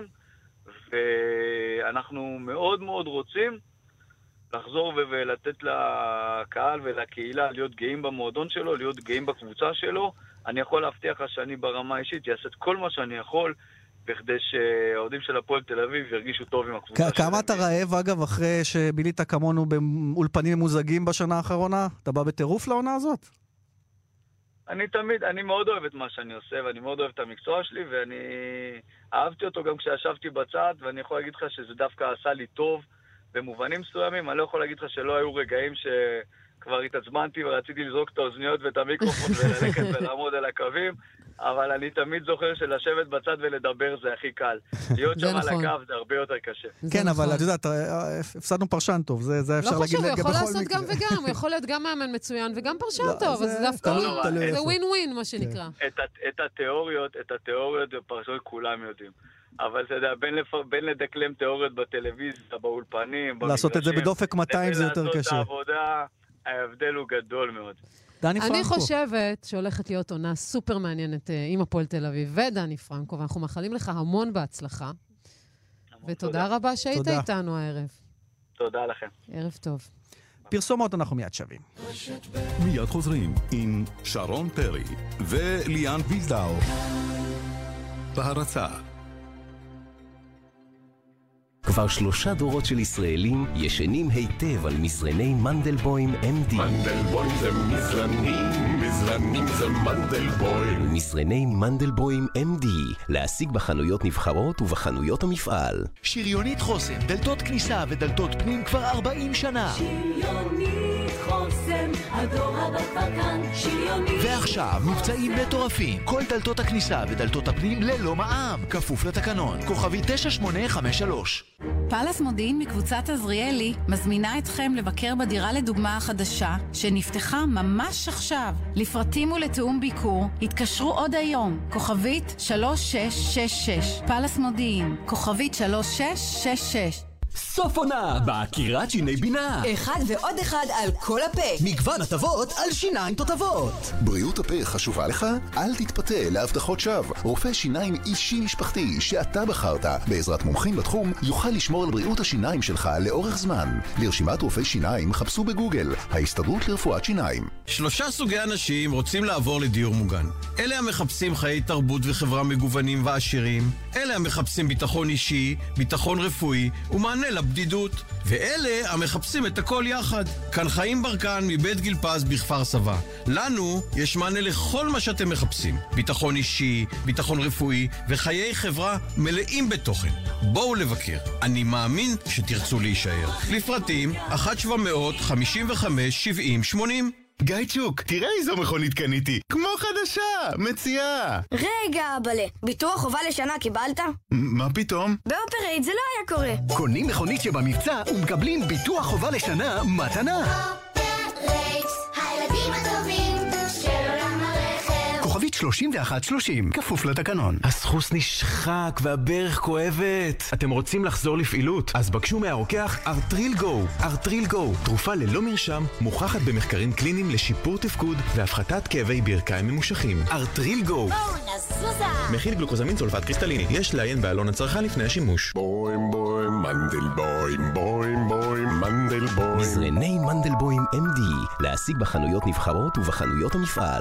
ואנחנו מאוד מאוד רוצים לחזור ולתת לקהל ולקהילה להיות גאים במועדון שלו, להיות גאים בקבוצה שלו. אני יכול להבטיח לך שאני ברמה האישית יעשה את כל מה שאני יכול, בכדי שהאוהדים של הפועל תל אביב ירגישו טוב עם הקבוצה שלהם. כמה אתה רעב, אגב, אחרי שבילית כמונו באולפנים מוזגים בשנה האחרונה? אתה בא בטירוף לעונה הזאת? אני תמיד, אני מאוד אוהב את מה שאני עושה, ואני מאוד אוהב את המקצוע שלי, ואני אהבתי אותו גם כשישבתי בצד, ואני יכול להגיד לך שזה דווקא עשה לי טוב במובנים מסוימים. אני לא יכול להגיד לך שלא היו רגעים שכבר התעצבנתי ורציתי לזרוק את האוזניות ואת המיקרופון וללכת ולעמוד על הקווים, אבל אני תמיד זוכר שלשבת בצד ולדבר זה הכי קל. להיות שם על הקו זה הרבה יותר קשה. כן, אבל את יודעת, הפסדנו פרשן טוב, זה אפשר להגיד בכל מקרה. לא חשוב, הוא יכול לעשות גם וגם, הוא יכול להיות גם מאמן מצוין וגם פרשן טוב, אז זה דווקא זה ווין ווין, מה שנקרא. את התיאוריות, את התיאוריות ופרשנות כולם יודעים. אבל אתה יודע, בין לדקלם תיאוריות בטלוויזיה, באולפנים, לעשות את זה בדופק מאתיים זה יותר קשה. לעשות את העבודה, ההבדל הוא גדול מאוד. אני חושבת שהולכת להיות עונה סופר מעניינת עם הפועל תל אביב ודני פרנקו, ואנחנו מאחלים לך המון בהצלחה. ותודה רבה שהיית איתנו הערב. תודה לכם. ערב טוב. פרסומות אנחנו מיד שווים. מיד חוזרים עם שרון פרי וליאן וילדאו. בהרצה. כבר שלושה דורות של ישראלים ישנים היטב על מסרני מנדלבוים אם די. מנדלבוים זה מזרנים, מזרנים זה מנדלבוים. מסרני מנדלבוים אם די, להשיג בחנויות נבחרות ובחנויות המפעל. שריונית חוסם, דלתות כניסה ודלתות פנים כבר ארבעים שנה. שריונית חוסם, הדור הבא כבר כאן, שריונית. ועכשיו מבצעים מטורפים, כל דלתות הכניסה ודלתות הפנים ללא מע"מ, כפוף לתקנון. כוכבי תשע שמונה חמש שלוש. פלס מודיעין מקבוצת עזריאלי מזמינה אתכם לבקר בדירה לדוגמה החדשה שנפתחה ממש עכשיו. לפרטים ולתאום ביקור התקשרו עוד היום. כוכבית שלוש שש שש שש. פלס מודיעין. כוכבית שלוש שש שש שש. סוף עונה בעקירת שיני בינה. אחד ועוד אחד על כל הפה. מגוון הטבות על שיניים תותבות. בריאות הפה חשובה לך? אל תתפתה להבטחות שווא. רופא שיניים אישי משפחתי שאתה בחרת בעזרת מומחים בתחום יוכל לשמור על בריאות השיניים שלך לאורך זמן. לרשימת רופאי שיניים חפשו בגוגל ההסתדרות לרפואת שיניים. שלושה סוגי אנשים רוצים לעבור לדיור מוגן. אלה המחפשים חיי תרבות וחברה מגוונים ועשירים. אלה המחפשים ביטחון אישי, ביטחון רפואי ומענה כולל הבדידות. ואלה המחפשים את הכל יחד. כאן חיים ברקן מבית גיל פז בכפר סבא. לנו יש מענה לכל מה שאתם מחפשים. ביטחון אישי, ביטחון רפואי וחיי חברה מלאים בתוכן. בואו לבקר. אני מאמין שתרצו להישאר. לפרטים אחת שבע מאות חמישים וחמש שבעים שמונים. גיא צ'וק, תראה איזו מכונית קניתי. כמו חדשה, מציעה. רגע, אבאלה, ביטוח חובה לשנה קיבלת? מה פתאום? באופרייט זה לא היה קורה. קונים מכונית שבמבצע ומקבלים ביטוח חובה לשנה מתנה. אופרייט, הילדים הטובים של עולם הרכב. כוכבית שלושים ואחת שלושים, כפוף לתקנון. הסחוס נשחק והברך כואבת. אתם רוצים לחזור לפעילות? אז בקשו מהרוקח ארטריל גו. ארטריל גו, תרופה ללא מרשם, מוכחת במחקרים קליניים לשיפור תפקוד והפחתת כאבי ברכיים ממושכים. ארטריל גו. בואו נזוזה. מכיל גלוקוזמין סולפט קריסטליני. יש לעיין בעלון הצרכן לפני השימוש. בוים בוים מנדלבוים, בוים בוים מנדלבוים. מזרני מנדלבוים אם די, להשיג בחנויות נבחרות ובחנויות המפעל.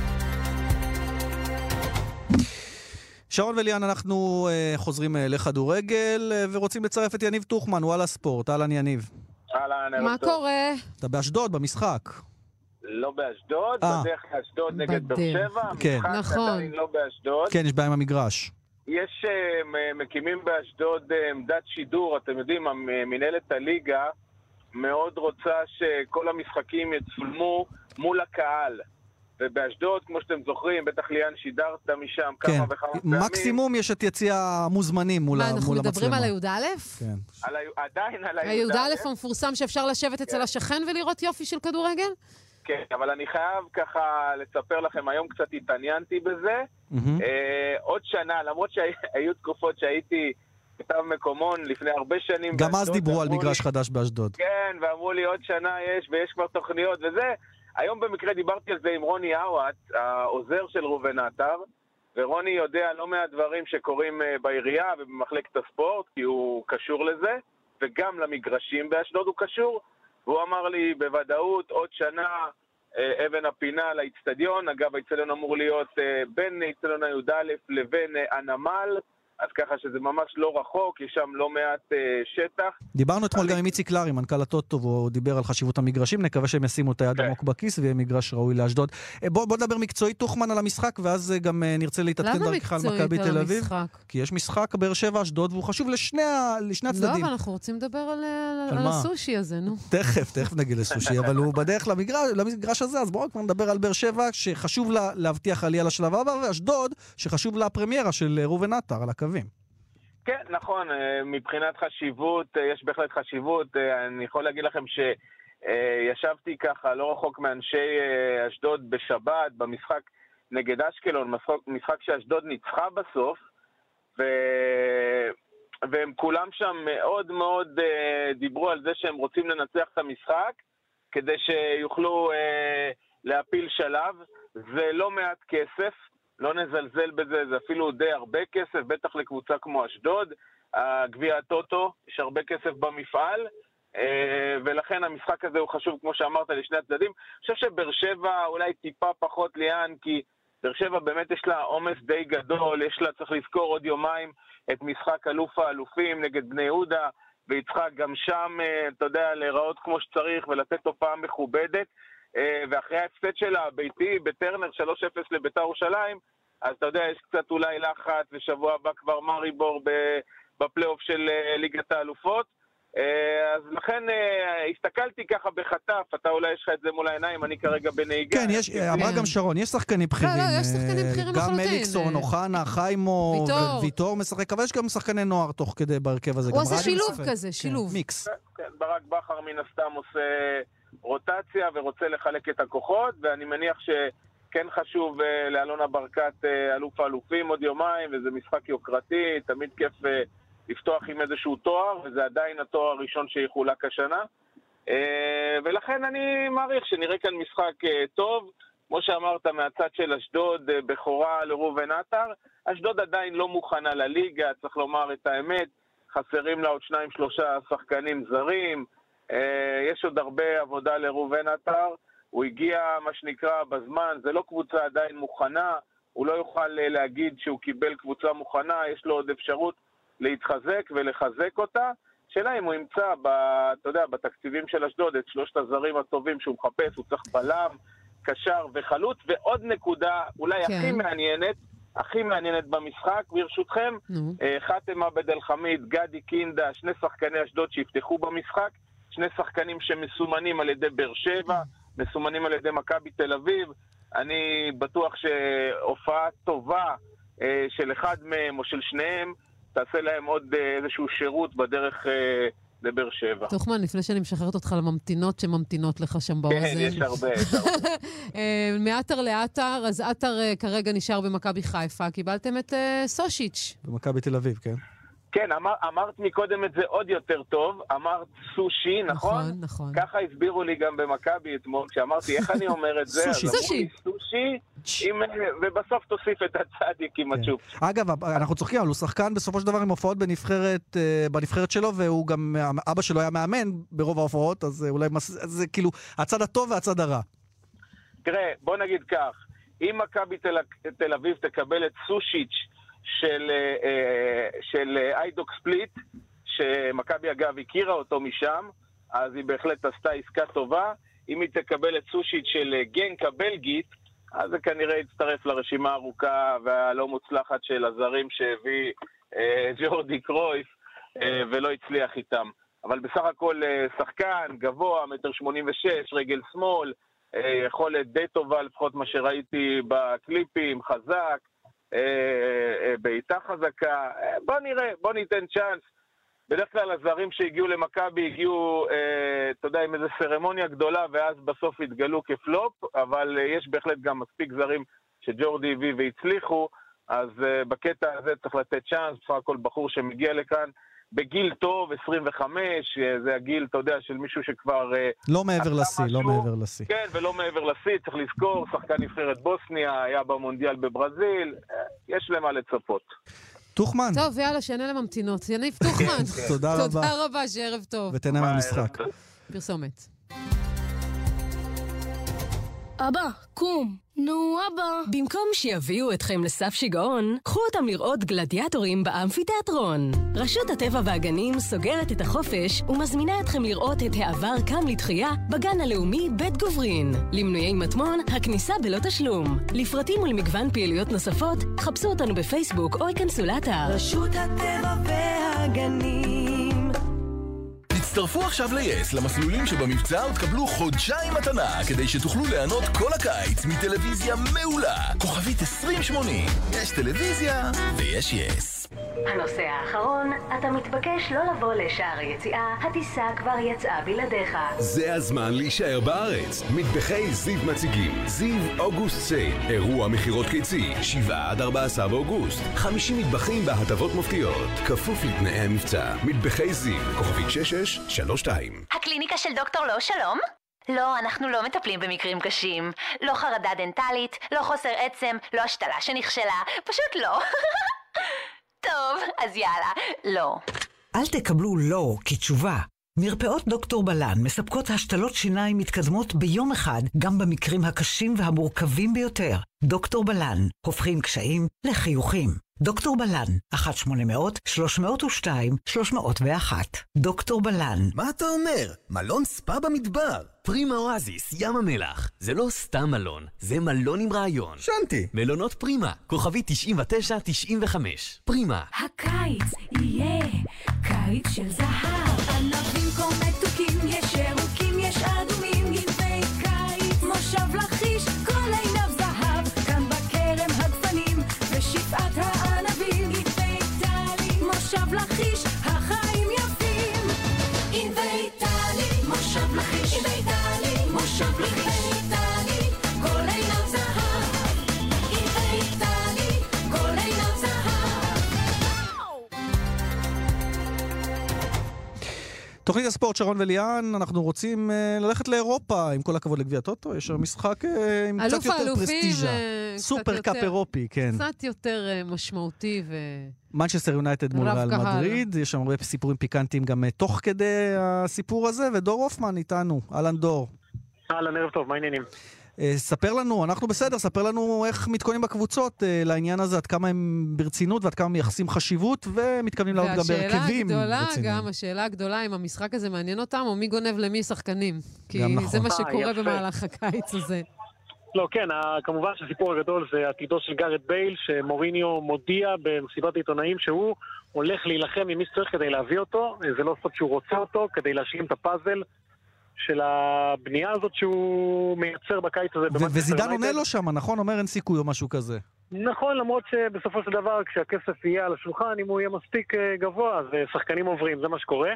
שרון וליאן, אנחנו uh, חוזרים uh, לכדורגל uh, ורוצים לצרף את יניב תוכמן, וואלה ספורט. אהלן יניב. אהלן, מה קורה? אתה באשדוד, במשחק. לא באשדוד, 아, בדרך לאשדוד נגד באר שבע. כן. נכון. לא באשדוד. כן, יש בעיה עם המגרש. יש uh, מקימים באשדוד uh, עמדת שידור, אתם יודעים, מנהלת הליגה מאוד רוצה שכל המשחקים יצולמו מול הקהל. ובאשדוד, כמו שאתם זוכרים, בטח ליאן שידרת משם כן. כמה וכמה פעמים. מקסימום יש את יציע המוזמנים מול, מה, מול אנחנו המצלמה. מדברים על הי"א? כן. על ה... עדיין על הי"א המפורסם שאפשר לשבת אצל השכן ולראות יופי של כדורגל? כן, אבל אני חייב ככה לספר לכם, היום קצת התעניינתי בזה. Mm-hmm. אה, עוד שנה, למרות שהיו תקופות שהייתי כתב מקומון לפני הרבה שנים. גם אז דיברו על מגרש לי, חדש באשדוד. כן, ואמרו לי עוד שנה יש, ויש כבר תוכניות וזה. היום במקרה דיברתי על זה עם רוני ארוואט, העוזר של ראובן עטר, ורוני יודע לא מעט דברים שקורים בעירייה ובמחלקת הספורט, כי הוא קשור לזה, וגם למגרשים באשדוד הוא קשור, והוא אמר לי בוודאות עוד שנה אבן הפינה לאצטדיון. אגב, האצטדיון אמור להיות בין אצטדיון הי"א לבין הנמל, אז ככה שזה ממש לא רחוק, יש שם לא מעט uh, שטח. דיברנו אתמול גם עם איציק קלרי, מנכ"ל הטוטו, והוא דיבר על חשיבות המגרשים, נקווה שהם ישימו את היד עמוק בכיס, ויהיה מגרש ראוי לאשדוד. בוא, בוא נדבר מקצועית תוכמן על המשחק, ואז גם uh, נרצה להתעדכן דרכך על מכבי תל אביב. כי יש משחק באר שבע אשדוד, והוא חשוב לשני, לשני הצדדים. לא, אבל אנחנו רוצים לדבר על, על, על הסושי הזה, נו. תכף, תכף נגיד לסושי, אבל הוא בדרך למגרש, למגרש הזה, אז בואו כבר נדבר על באר שבע, שחשוב לה, להבטיח עלייה לשלב הבא, ואשדוד, שחשוב לה הפרמיירה של ראובן עטר על הקווים. כן, נכון, מבחינת חשיבות, יש בהחלט חשיבות. אני יכול להגיד לכם שישבתי ככה לא רחוק מאנשי אשדוד בשבת, במשחק נגד אשקלון, משחק שאשדוד ניצחה בסוף, ו... והם כולם שם מאוד מאוד דיברו על זה שהם רוצים לנצח את המשחק, כדי שיוכלו להפיל שלב. זה לא מעט כסף, לא נזלזל בזה, זה אפילו די הרבה כסף, בטח לקבוצה כמו אשדוד, גביע הטוטו, יש הרבה כסף במפעל, ולכן המשחק הזה הוא חשוב, כמו שאמרת, לשני הצדדים. אני חושב שבאר שבע אולי טיפה פחות ליאן, כי באר שבע באמת יש לה עומס די גדול, יש לה, צריך לזכור עוד יומיים, את משחק אלוף האלופים נגד בני יהודה, ויצחק גם שם, אתה יודע, להיראות כמו שצריך ולתת תופעה מכובדת, ואחרי ההפסד שלה, הביתי, בטרנר שלוש אפס לבית"ר ירושלים, אז אתה יודע, יש קצת אולי לחץ, ושבוע הבא כבר מריבור בפלייאוף של ליגת האלופות. אז לכן הסתכלתי ככה בחטף, אתה אולי יש לך את זה מול העיניים, אני כרגע בנהיגה. כן, יש, אמרה גם שרון, יש שחקנים בכירים. לא, לא, יש שחקנים בכירים לחלוטין. גם מליקסון, אוחנה, חיימו, ויטור משחק, אבל יש גם שחקני נוער תוך כדי בהרכב הזה. הוא עושה שילוב כזה, שילוב. מיקס. ברק בכר מן הסתם עושה רוטציה ורוצה לחלק את הכוחות, ואני מניח שכן חשוב לאלונה ברקת אלוף האלופים עוד יומיים, וזה משחק יוקרתי, תמיד כיף לפתוח עם איזשהו תואר, וזה עדיין התואר הראשון שיחולק השנה. ולכן אני מעריך שנראה כאן משחק טוב, כמו שאמרת, מהצד של אשדוד, בכורה לראובן עטר. אשדוד עדיין לא מוכנה לליגה, צריך לומר את האמת, חסרים לה עוד שניים שלושה שחקנים זרים, יש עוד הרבה עבודה לראובן עטר, הוא הגיע מה שנקרא בזמן, זה לא קבוצה עדיין מוכנה, הוא לא יוכל להגיד שהוא קיבל קבוצה מוכנה, יש לו עוד אפשרות להתחזק ולחזק אותה. אני השאלה אם הוא ימצא, ב, אתה יודע, בתקציבים של אשדוד, את שלושת הזרים הטובים שהוא מחפש, הוא צריך בלם, קשר וחלוץ, ועוד נקודה, אולי כן. הכי מעניינת, הכי מעניינת במשחק, ברשותכם, mm-hmm. חתם עבד אל חמיד, גדי קינדה, שני שחקני אשדוד שיפתחו במשחק, שני שחקנים שמסומנים על ידי באר שבע, mm-hmm. מסומנים על ידי מכבי תל אביב, אני בטוח שהופעה טובה אה, של אחד מהם או של שניהם, תעשה להם עוד אה, איזשהו שירות בדרך אה, לבאר שבע. תוכמן, לפני שאני משחררת אותך לממתינות שממתינות לך שם באוזן. כן, יש הרבה, יש הרבה. מאתר לאתר, אז אתר כרגע נשאר במכבי חיפה, קיבלתם את סושיץ'. במכבי תל אביב, כן. כן, אמר, אמרת מקודם את זה עוד יותר טוב, אמרת סושי, נכון? נכון, נכון. ככה הסבירו לי גם במכבי אתמול, כשאמרתי איך אני אומר את זה, סושי. אז אמרו לי סושי, עם, ובסוף תוסיף את הצדיק עם כן. הצ'ופ. אגב, אנחנו צוחקים, אבל הוא שחקן בסופו של דבר עם הופעות בנבחרת, בנבחרת שלו, והוא גם, אבא שלו היה מאמן ברוב ההופעות, אז אולי, מס, זה כאילו הצד הטוב והצד הרע. תראה, בוא נגיד כך, אם מכבי תל, תל אביב תקבל את סושיץ' של, של איידוק ספליט, שמכבי אגב הכירה אותו משם, אז היא בהחלט עשתה עסקה טובה. אם היא תקבל את סושיץ' של גנק הבלגית, אז זה כנראה יצטרף לרשימה הארוכה והלא מוצלחת של הזרים שהביא אה, ג'ורדי קרויף אה, ולא הצליח איתם. אבל בסך הכל אה, שחקן, גבוה, מטר שמונים ושש, רגל שמאל, אה, יכולת די טובה לפחות מה שראיתי בקליפים, חזק, אה, אה, בעיטה חזקה. אה, בוא נראה, בוא ניתן צ'אנס. בדרך כלל הזרים שהגיעו למכבי הגיעו, אה, אתה יודע, עם איזו סרמוניה גדולה, ואז בסוף התגלו כפלופ, אבל אה, יש בהחלט גם מספיק זרים שג'ורדי הביא והצליחו, אז אה, בקטע הזה צריך לתת צ'אנס, בסך הכל בחור שמגיע לכאן בגיל טוב, עשרים וחמש, אה, זה הגיל, אתה יודע, של מישהו שכבר... אה, לא מעבר לשיא, לא מעבר לשיא. כן, ולא מעבר לשיא, צריך לזכור, שחקן נבחרת בוסניה, היה במונדיאל בברזיל, אה, יש למה לצפות. תוכמן. טוב, יאללה, שענה לממתינות. יניב תוכמן. תודה רבה. תודה רבה, שערב טוב. ותהנה מהמשחק. פרסומת. אבא, קום. נו, אבא. במקום שיביאו אתכם לסף שיגעון, קחו אותם לראות גלדיאטורים באמפיתיאטרון. רשות הטבע והגנים סוגרת את החופש ומזמינה אתכם לראות את העבר קם לתחייה בגן הלאומי בית גוברין. למנויי מטמון, הכניסה בלא תשלום. לפרטים ולמגוון פעילויות נוספות, חפשו אותנו בפייסבוק או יכנסו לאתר. רשות הטבע והגנים. הצטרפו עכשיו ל-יס למסלולים שבמבצע עוד קבלו חודשיים מתנה כדי שתוכלו ליהנות כל הקיץ מטלוויזיה מעולה. כוכבית עשרים שמונים. יש טלוויזיה ויש יס. הנושא האחרון, אתה מתבקש לא לבוא לשער היציאה, הטיסה כבר יצאה בלעדיך. זה הזמן להישאר בארץ. מטבחי זיו מציגים זיו אוגוסט סייל, אירוע מחירות קיצי, שבעה עד ארבעה עשר באוגוסט, חמישים מטבחים בהטבות מופתיות, כפוף לתנאי המבצע. מטבחי זיו, כוכבית שש שש שלוש שתיים. הקליניקה של דוקטור לא שלום? לא, אנחנו לא מטפלים במקרים קשים. לא חרדה דנטלית, לא חוסר עצם, לא השתלה שנכשלה, פשוט לא. טוב, אז יאללה, לא. אל תקבלו לא כתשובה. מרפאות דוקטור בלן מספקות השתלות שיניים מתקדמות ביום אחד, גם במקרים הקשים והמורכבים ביותר. דוקטור בלן, הופכים קשיים לחיוכים. דוקטור בלן, אחת שמונה מאות שלוש מאות ושתיים שלוש מאות ואחת. דוקטור בלן. מה אתה אומר? מלון ספה במדבר. פרימה אואזיס, ים המלח. זה לא סתם מלון, זה מלון עם רעיון. שנתי. מלונות פרימה, כוכבי תשעים ותשע תשעים וחמש. פרימה. הקיץ יהיה קיץ של זהב. ענבים כה מתוקים, יש ירוקים, יש אדומים. גבעי קיץ, מושב לכיש, כל עיניו זהב. כאן בכרם הגפנים ושפעת הענבים. גבעי טלי, מושב לכיש, החיים יפים. גבעי טלי, מושב לכיש. גבעי טלי, מושב לכיש. גבעי טלי, כל עיניו זהב. גבעי טלי, כל עיניו זהב. תוכנית הספורט שרון וליאן, אנחנו רוצים uh, ללכת לאירופה, עם כל הכבוד לגביע הטוטו, יש שם משחק uh, עם קצת יותר פרסטיז'ה. סופר קאפ אירופי, כן. קצת יותר uh, משמעותי ו... מנצ'סטר יונייטד מול ריאל מדריד, יש שם הרבה סיפורים פיקנטיים גם uh, תוך כדי הסיפור הזה, ודור הופמן איתנו, אהלן דור. אהלן, ערב טוב, מה העניינים? ספר לנו, אנחנו בסדר, ספר לנו איך מתכוננים בקבוצות לעניין הזה, עד כמה הם ברצינות ועד כמה מייחסים חשיבות, ומתכוונים לעוד גם בהרכבים רציניים. גם השאלה הגדולה, אם המשחק הזה מעניין אותם, או מי גונב למי שחקנים. כי זה מה שקורה במהלך הקיץ הזה. לא, כן, כמובן שהסיפור הגדול זה עתידו של גארד בייל, שמוריניו מודיע במסיבת העיתונאים שהוא הולך להילחם עם מי שצריך כדי להביא אותו, זה לא סוד שהוא רוצה אותו, כדי להשלים את הפאזל של הבנייה הזאת שהוא מייצר בקיץ הזה. וזידן עונה לו שם, נכון? אומר אין סיכוי או משהו כזה. נכון, למרות שבסופו של דבר כשהכסף יהיה על השולחן, אם הוא יהיה מספיק גבוה, אז שחקנים עוברים, זה מה שקורה.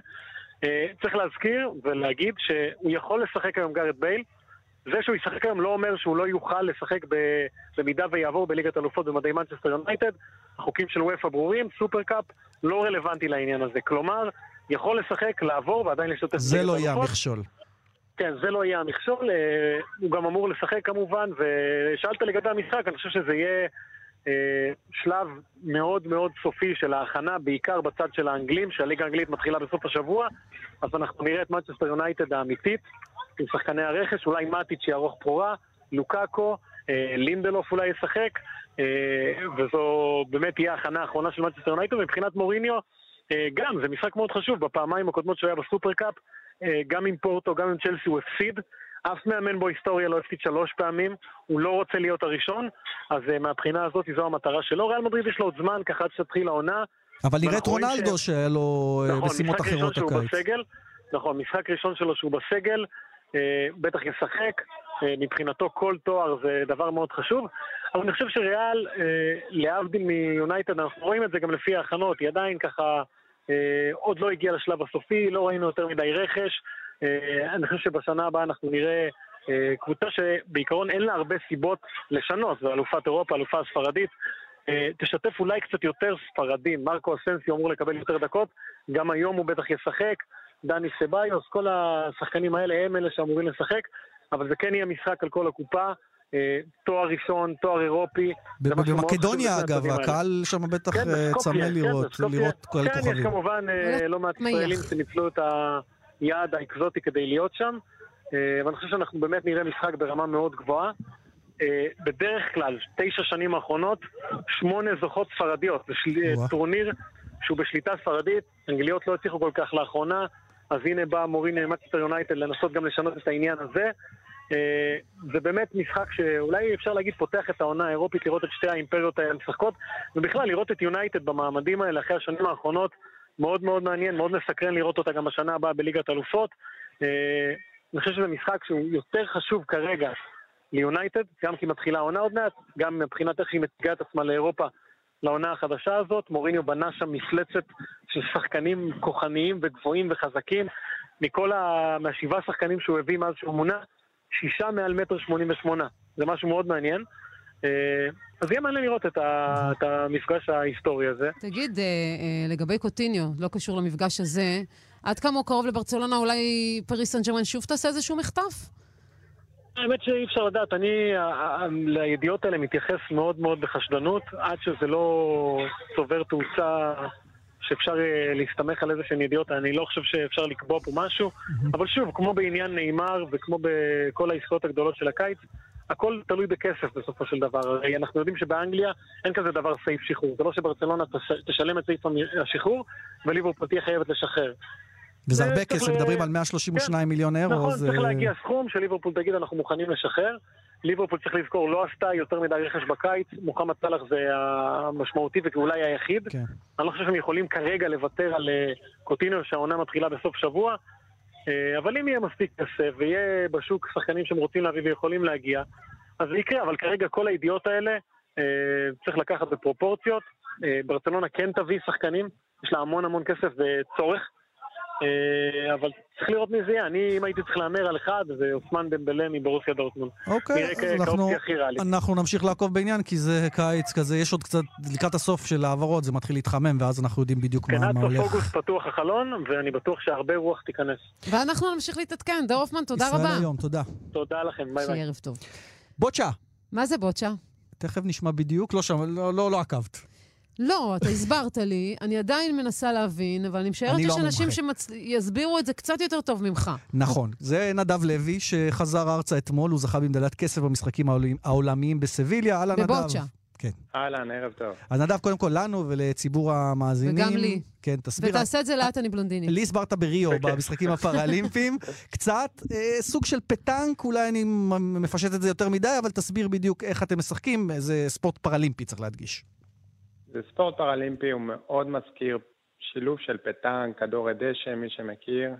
צריך להזכיר ולהגיד שהוא יכול לשחק היום גארד בייל, זה שהוא ישחק היום לא אומר שהוא לא יוכל לשחק במידה ויעבור בליגת אלופות במדי מנצ'סטר יונייטד. החוקים של וופא ברורים, סופר קאפ לא רלוונטי לעניין הזה. כלומר, יכול לשחק, לעבור ועדיין להשתתף בליגת אלופות. זה לא יהיה המכשול. כן, זה לא יהיה המכשול. הוא גם אמור לשחק כמובן, ושאלת לגבי המשחק, אני חושב שזה יהיה אה, שלב מאוד מאוד סופי של ההכנה, בעיקר בצד של האנגלים, שהליגה האנגלית מתחילה בסוף השבוע, אז אנחנו נראה את מנצ'סטר יונייטד האמיתית, עם שחקני הרכש, אולי מאטיץ' יערוך פרורה, לוקאקו, אה, לינדלוף אולי ישחק, אה, וזו באמת תהיה ההכנה האחרונה של מנצ'סטר יונייטד. מבחינת מוריניו, אה, גם, זה משחק מאוד חשוב, בפעמיים הקודמות שהוא היה בסופר קאפ, אה, גם עם פורטו, גם עם צ'לסי הוא הפסיד, אף מאמן בהיסטוריה לא הפסיד שלוש פעמים, הוא לא רוצה להיות הראשון, אז uh, מהבחינה הזאת זו המטרה שלו. ריאל מדריד יש לו עוד זמן, ככה עד שתתחיל העונה. אבל נראה את רונלדו ש... שהיה לו נכון, משימות אחרות הקיץ. בסגל, נכון, משחק ראשון שלו שהוא בסגל, אה, בטח ישחק, אה, מבחינתו כל תואר זה דבר מאוד חשוב, אבל אני חושב שריאל, אה, להבדיל מיונייטד, אנחנו רואים את זה גם לפי ההכנות, היא עדיין ככה, אה, עוד לא הגיעה לשלב הסופי, לא ראינו יותר מדי רכש, אני חושב שבשנה הבאה אנחנו נראה קבוצה שבעיקרון אין לה הרבה סיבות לשנות, זו אלופת אירופה, אלופה הספרדית, תשתף אולי קצת יותר ספרדים, מרקו אסנסיו אמור לקבל יותר דקות, גם היום הוא בטח ישחק, דני סבאיוס, כל השחקנים האלה הם אלה שאמורים לשחק, אבל זה כן יהיה משחק על כל הקופה, תואר ראשון, תואר אירופי. במקדוניה אגב, הקהל שם בטח צמא לראות כל הכוכבים. כן, יש כמובן לא מעט ישראלים שניצלו את ה... יעד האקזוטי כדי להיות שם, ואני חושב שאנחנו באמת נראה משחק ברמה מאוד גבוהה. בדרך כלל, תשע שנים האחרונות, שמונה זוכות ספרדיות, טורניר שהוא בשליטה ספרדית, אנגליות לא הצליחו כל כך לאחרונה, אז הנה בא מוריניו מנצ'סטר יונייטד לנסות גם לשנות את העניין הזה. זה באמת משחק שאולי אפשר להגיד פותח את העונה האירופית, לראות את שתי האימפריות האלה משחקות, ובכלל לראות את יונייטד במעמדים האלה אחרי השנים האחרונות, מאוד מאוד מעניין, מאוד מסקרן לראות אותה גם בשנה הבאה בליגת אלופות. אני חושב שזה משחק שהוא יותר חשוב כרגע ליונייטד, גם כי מתחילה העונה עוד מעט, גם מבחינת איך היא מציגה את עצמה לאירופה לעונה החדשה הזאת. מוריניו בנה שם מפלצת של שחקנים כוחניים וגבוהים וחזקים, מכל ה... מהשבעה שחקנים שהוא הביא מאז שהוא מונה, שישה מעל מטר שמונים ושמונה. זה משהו מאוד מעניין. אז יהיה מעניין לראות את, ה, את המפגש ההיסטורי הזה. תגיד, לגבי קוטיניו, לא קשור למפגש הזה, עד כמה הוא קרוב לברצלונה, אולי פריס סן ז'רמן שוב תעשה איזשהו מחטף? האמת שאי אפשר לדעת, אני לידיעות האלה מתייחס מאוד מאוד בחשדנות, עד שזה לא צובר תאוצה שאפשר להסתמך על איזה שהן ידיעות, אני לא חושב שאפשר לקבוע פה משהו, אבל שוב, כמו בעניין נאמר וכמו בכל העסקאות הגדולות של הקיץ, הכל תלוי בכסף בסופו של דבר. הרי אנחנו יודעים שבאנגליה אין כזה דבר סעיף שחרור. זה לא שברצלונה תשלם את סעיף השחרור, וליברפול תהיה חייבת לשחרר. וזה הרבה כסף, מדברים על מאה שלושים ושניים מיליון אירו. נכון, צריך להגיע סכום שליברפול תגיד אנחנו מוכנים לשחרר. ליברפול צריך לזכור, לא עשתה יותר מדי רכש בקיץ, מוחמד סלאח זה המשמעותי ואולי היחיד. אני לא חושב שהם יכולים כרגע לוותר על קוטיניו שהעונה מתחילה בסוף שבוע. אבל אם יהיה מספיק כסף ויהיה בשוק שחקנים שהם רוצים להביא ויכולים להגיע, אז זה יקרה, אבל כרגע כל הידיעות האלה צריך לקחת בפרופורציות. ברצלונה כן תביא שחקנים, יש לה המון המון כסף וצורך, אבל צריך לראות מי זה יהיה. אני, אם הייתי צריך לאמר על אחד, זה אוסמן דמבלה מברוסיה דורטמונד. אוקיי, אז אנחנו, אנחנו נמשיך לעקוב בעניין, כי זה קיץ כזה, יש עוד קצת, לקראת הסוף של העברות, זה מתחיל להתחמם, ואז אנחנו יודעים בדיוק מה, מה הולך. כן, עד סוף אוגוסט פתוח החלון, ואני בטוח שהרבה רוח תיכנס. ואנחנו נמשיך להתעדכן. דור הופמן, תודה רבה. ישראל היום, תודה. תודה לכם, ביי ביי. שערב טוב. בוצ'ה. מה זה בוצ'ה? תכף נשמע בדיוק, לא שם, לא, לא, לא עקבת. לא, אתה הסברת לי, אני עדיין מנסה להבין, אבל אני משערת שיש אנשים שיסבירו את זה קצת יותר טוב ממך. נכון. זה נדב לוי, שחזר ארצה אתמול, הוא זכה במדליית כסף במשחקים העולמיים בסביליה. אהלן נדב. בבוצ'ה. כן. אהלן, ערב טוב. אז נדב, קודם כל לנו ולציבור המאזינים. וגם לי. כן, תסביר. ותעשה את זה לאט, אני בלונדינית. לי הסברת בריו, במשחקים הפראלימפיים. קצת, סוג של פטנק, אולי אני מפשט את זה יותר מדי, אבל תסביר בדיוק איך אתם משחקים, זה ספורט פראלימפי, צריך להדגיש. זה ספורט פראלימפי, הוא מאוד מזכיר שילוב של פטנק, כדור דשא, מי שמכיר.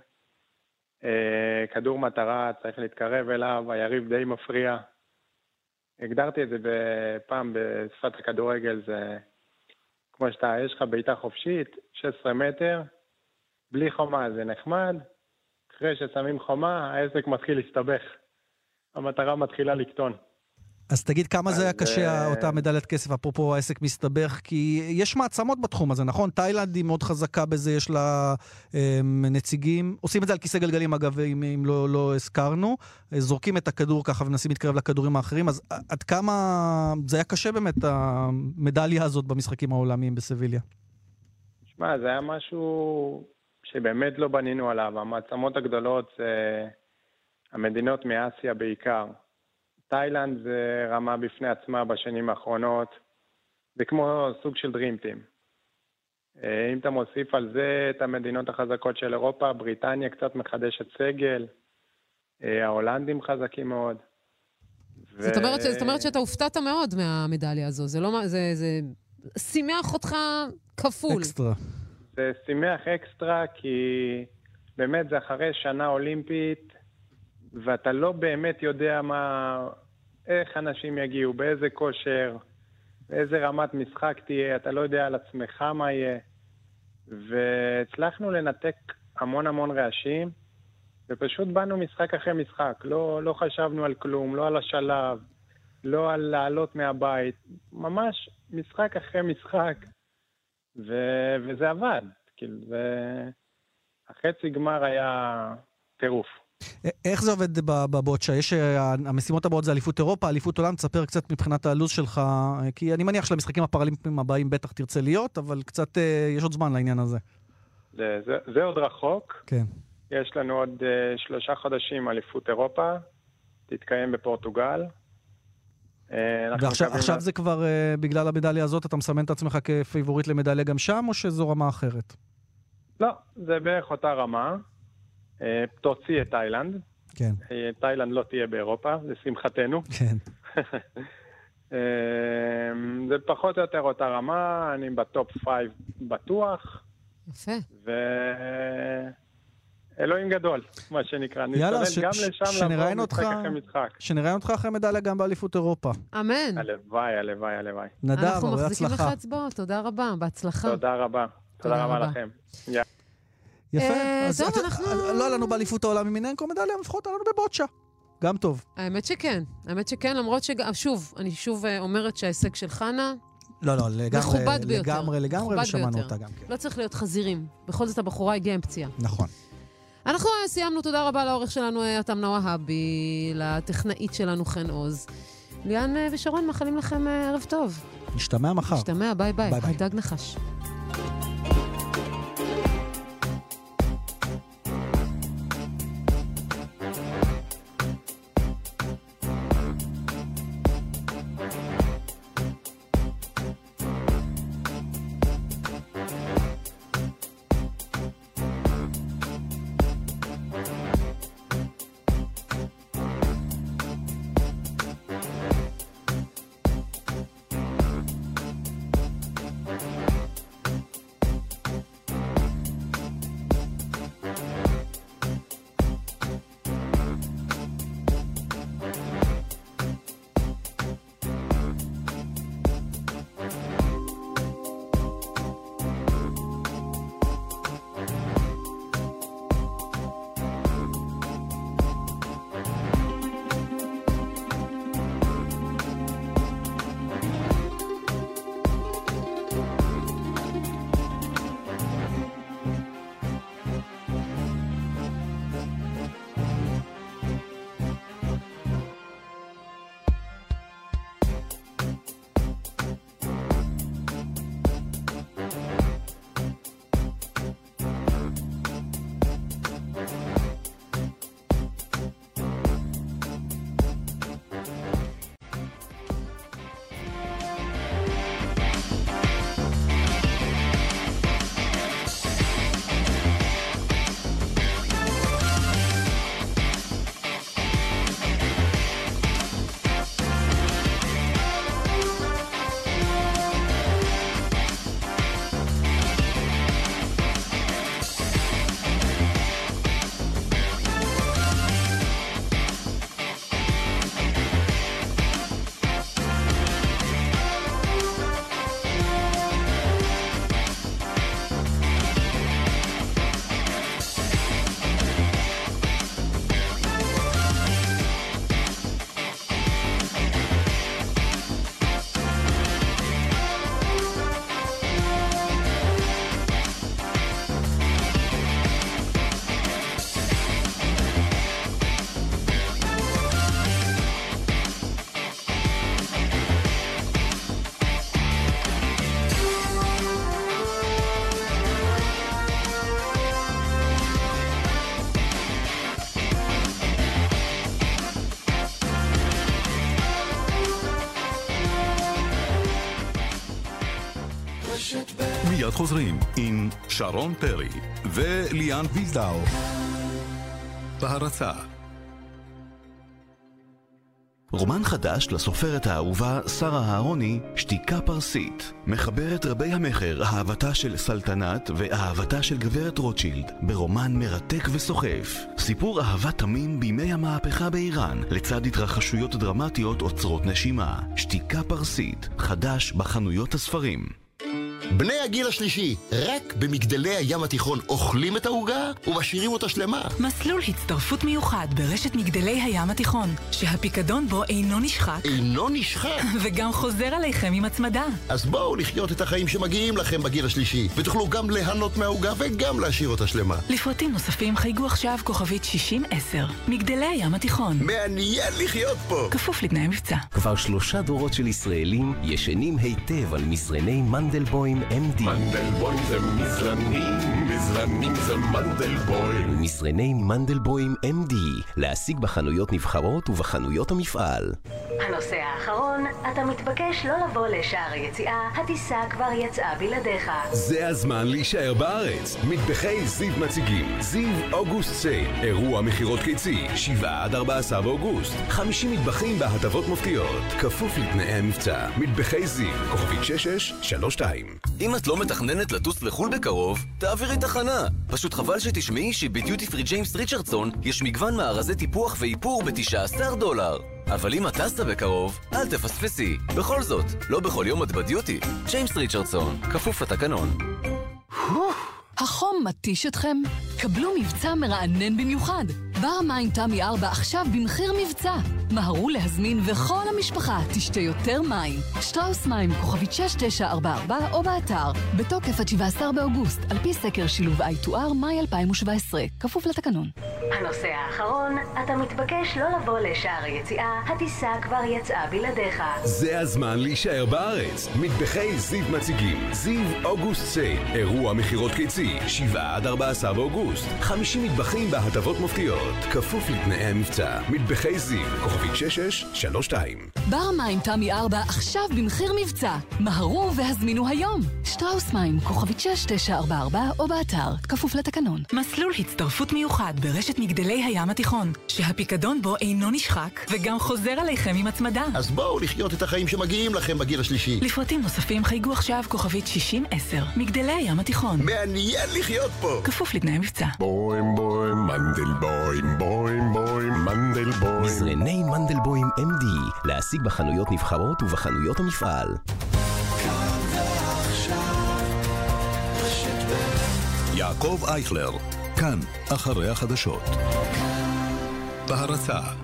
כדור מטרה, צריך להתקרב אליו, היריב די מפריע. הגדרתי את זה פעם בשפת הכדורגל, זה כמו שאתה, יש לך בעיטה חופשית, שש עשרה מטר, בלי חומה זה נחמד, אחרי ששמים חומה, העסק מתחיל להסתבך. המטרה מתחילה לקטון. אז תגיד כמה זה היה קשה, אותה מדליית כסף, אפרופו העסק מסתבך, כי יש מעצמות בתחום הזה, נכון? תאילנד היא מאוד חזקה בזה, יש לה נציגים, עושים את זה על כיסא גלגלים, אגב, אם לא, לא הזכרנו, זורקים את הכדור ככה ומנסים להתקרב לכדורים האחרים, אז עד כמה זה היה קשה באמת, המדליה הזאת במשחקים העולמיים בסביליה? שמע, זה היה משהו שבאמת לא בנינו עליו. המעצמות הגדולות זה המדינות מאסיה בעיקר. תאילנד זה רמה בפני עצמה בשנים האחרונות, זה כמו סוג של דרימטים. אם אתה מוסיף על זה את המדינות החזקות של אירופה, בריטניה קצת מחדשת סגל, ההולנדים חזקים מאוד. זאת אומרת, זאת אומרת שאתה הופתעת מאוד מהמדליה הזו, זה לא, זה, זה שימח אותך כפול. אקסטרה. זה שימח אקסטרה, כי באמת זה אחרי שנה אולימפית, ואתה לא באמת יודע מה, איך אנשים יגיעו, באיזה כושר, באיזה רמת משחק תהיה, אתה לא יודע על עצמך מה יהיה. והצלחנו לנתק המון המון רעשים, ופשוט באנו משחק אחרי משחק. לא, לא חשבנו על כלום, לא על השלב, לא על לעלות מהבית. ממש משחק אחרי משחק, ו, וזה עבד. כאילו, החצי גמר היה טירוף. איך זה עובד בבוצ'ה? יש, המשימות הבאות זה אליפות אירופה, אליפות עולם, תספר קצת מבחינת הלו"ז שלך, כי אני מניח שלמשחקים הפראלימפיים הבאים בטח תרצה להיות, אבל קצת יש עוד זמן לעניין הזה. זה, זה, זה עוד רחוק. כן. יש לנו עוד uh, שלושה חודשים אליפות אירופה, תתקיים בפורטוגל. Uh, ועכשיו עכשיו לה... זה כבר, uh, בגלל המדליה הזאת, אתה מסמן את עצמך כפייבוריט למדליה גם שם, או שזו רמה אחרת? לא, זה בערך אותה רמה. תוציא את תאילנד. כן. תאילנד לא תהיה באירופה, זה שמחתנו. כן. זה פחות או יותר אותה רמה, אני בטופ פייב בטוח. יפה. ואלוהים גדול, מה שנקרא. יאללה, ש... גם לשם לבוא משחק אחרי משחק. שנראה אותך אחרי מדליה גם באליפות אירופה. אמן. הלוואי, הלוואי, הלוואי. נדב, הרבה הצלחה. אנחנו מחזיקים לך הצבעות, תודה רבה, בהצלחה. תודה רבה. תודה רבה לכם. יאללה. יפה, אז לא עלינו באליפות העולם עם מיננקו מדליה, לפחות עלינו בבוצ'ה. גם טוב. האמת שכן, האמת שכן, למרות ששוב, אני שוב אומרת שההישג של חנה לא, לא, מכובד ביותר. לגמרי, לגמרי, ושמענו אותה גם כן. לא צריך להיות חזירים. בכל זאת הבחורה הגיעה עם פציעה. נכון. אנחנו סיימנו, תודה רבה לעורך שלנו, אתם נוהבי, לטכנאית שלנו חן עוז. ליאן ושרון, מאחלים לכם ערב טוב. נשתמע מחר. נשתמע, ביי ביי. ביי ביי. דג נחש. מיד חוזרים עם שרון פרי וליאן ויזדאו. בהרצה. רומן חדש לסופרת האהובה שרה אהרוני, שתיקה פרסית. מחברת רבי המחר, אהבתה של סלטנת ואהבתה של גברת רוטשילד, ברומן מרתק וסוחף. סיפור אהבה תמים בימי המהפכה באיראן, לצד התרחשויות דרמטיות עוצרות נשימה. שתיקה פרסית, חדש בחנויות הספרים. בני הגיל השלישי, רק במגדלי הים התיכון אוכלים את העוגה ומשאירים אותה שלמה. מסלול הצטרפות מיוחד ברשת מגדלי הים התיכון, שהפיקדון בו אינו נשחק. אינו נשחק? וגם חוזר עליכם עם הצמדה. אז בואו לחיות את החיים שמגיעים לכם בגיל השלישי, ותוכלו גם ליהנות מהעוגה וגם להשאיר אותה שלמה. לפרטים נוספים חייגו עכשיו כוכבית שישים עשר. מגדלי הים התיכון. מעניין לחיות פה. כפוף לתנאי מבצע. כבר שלושה דורות של ישראלים ישנים היטב על מסרני מנדלבוים אם די. מנדלבוים זה מזרנים, מזרנים זה מנדלבוים. מסרני מנדלבוים אם די, להשיג בחנויות נבחרות ובחנויות המפעל. הנושא האחרון, אתה מתבקש לא לבוא לשער היציאה, הטיסה כבר יצאה בלעדיך. זה הזמן להישאר בארץ. מטבחי זיו מציגים זיו אוגוסט סייל, אירוע מחירות קיצי, שבעה עד ארבעה עשר באוגוסט. חמישים מטבחים בהטבות מופתיות, כפוף לתנאי המבצע. מטבחי זיו, כוכבית שש שש שלוש שתיים. אם את לא מתכננת לטוס לחול בקרוב, תעבירי תחנה. פשוט חבל שתשמעי שבדיוטי פרי ג'יימס ריצ'רדסון יש מגוון מארזי טיפוח ואיפור ב-תשעה עשר דולר. אבל אם את טסת בקרוב, אל תפספסי. בכל זאת, לא בכל יום את בדיוטי. ג'יימס ריצ'רדסון, כפוף לתקנון. החום מתיש אתכם? קבלו מבצע מרענן במיוחד. בר מים תמי ארבע עכשיו במחיר מבצע. מהרו להזמין וכל המשפחה תשתה יותר מים. שטראוס מים, כוכבית שש תשע ארבע ארבע או באתר. בתוקף עד שבעה עשר באוגוסט, על פי סקר שילוב איי טו אר מאי אלפיים שבע עשרה. כפוף לתקנון. הנושא האחרון, אתה מתבקש לא לבוא לשער היציאה, הטיסה כבר יצאה בלעדיך. זה הזמן להישאר בארץ. מטבחי זיו מציגים זיו אוגוסט סייל, אירוע מחירות קיצי, שבעה עד ארבעה עשר באוגוסט. חמישים מטבחים בהטבות מופתיות, כפוף לתנאי המבצע. מטבחי זיו, כוכבית שש שש שלוש שתיים. בר מים תמי ארבע עכשיו במחיר מבצע. מהרו והזמינו היום. שטראוס מים, כוכבית שש תשע ארבע ארבע או באתר. כפוף לתקנון. מסלול הצטרפות מיוחד ברשת מגדלי הים התיכון, שהפיקדון בו אינו נשחק וגם חוזר עליכם עם הצמדה. אז בואו לחיות את החיים שמגיעים לכם בגיל השלישי. לפרטים נוספים חייגו עכשיו כוכבית שישים עשר. מגדלי הים התיכון. מעניין לחיות פה. כפוף לתנאי מבצע. בוים בוים מנדלבוים, בוים בוים מנדלבוים. מסרני מנדלבוים אם די, להשיג בחנויות נבחרות ובחנויות המפעל. יעקב אייכלר, כאן אחרי החדשות. בהרצה.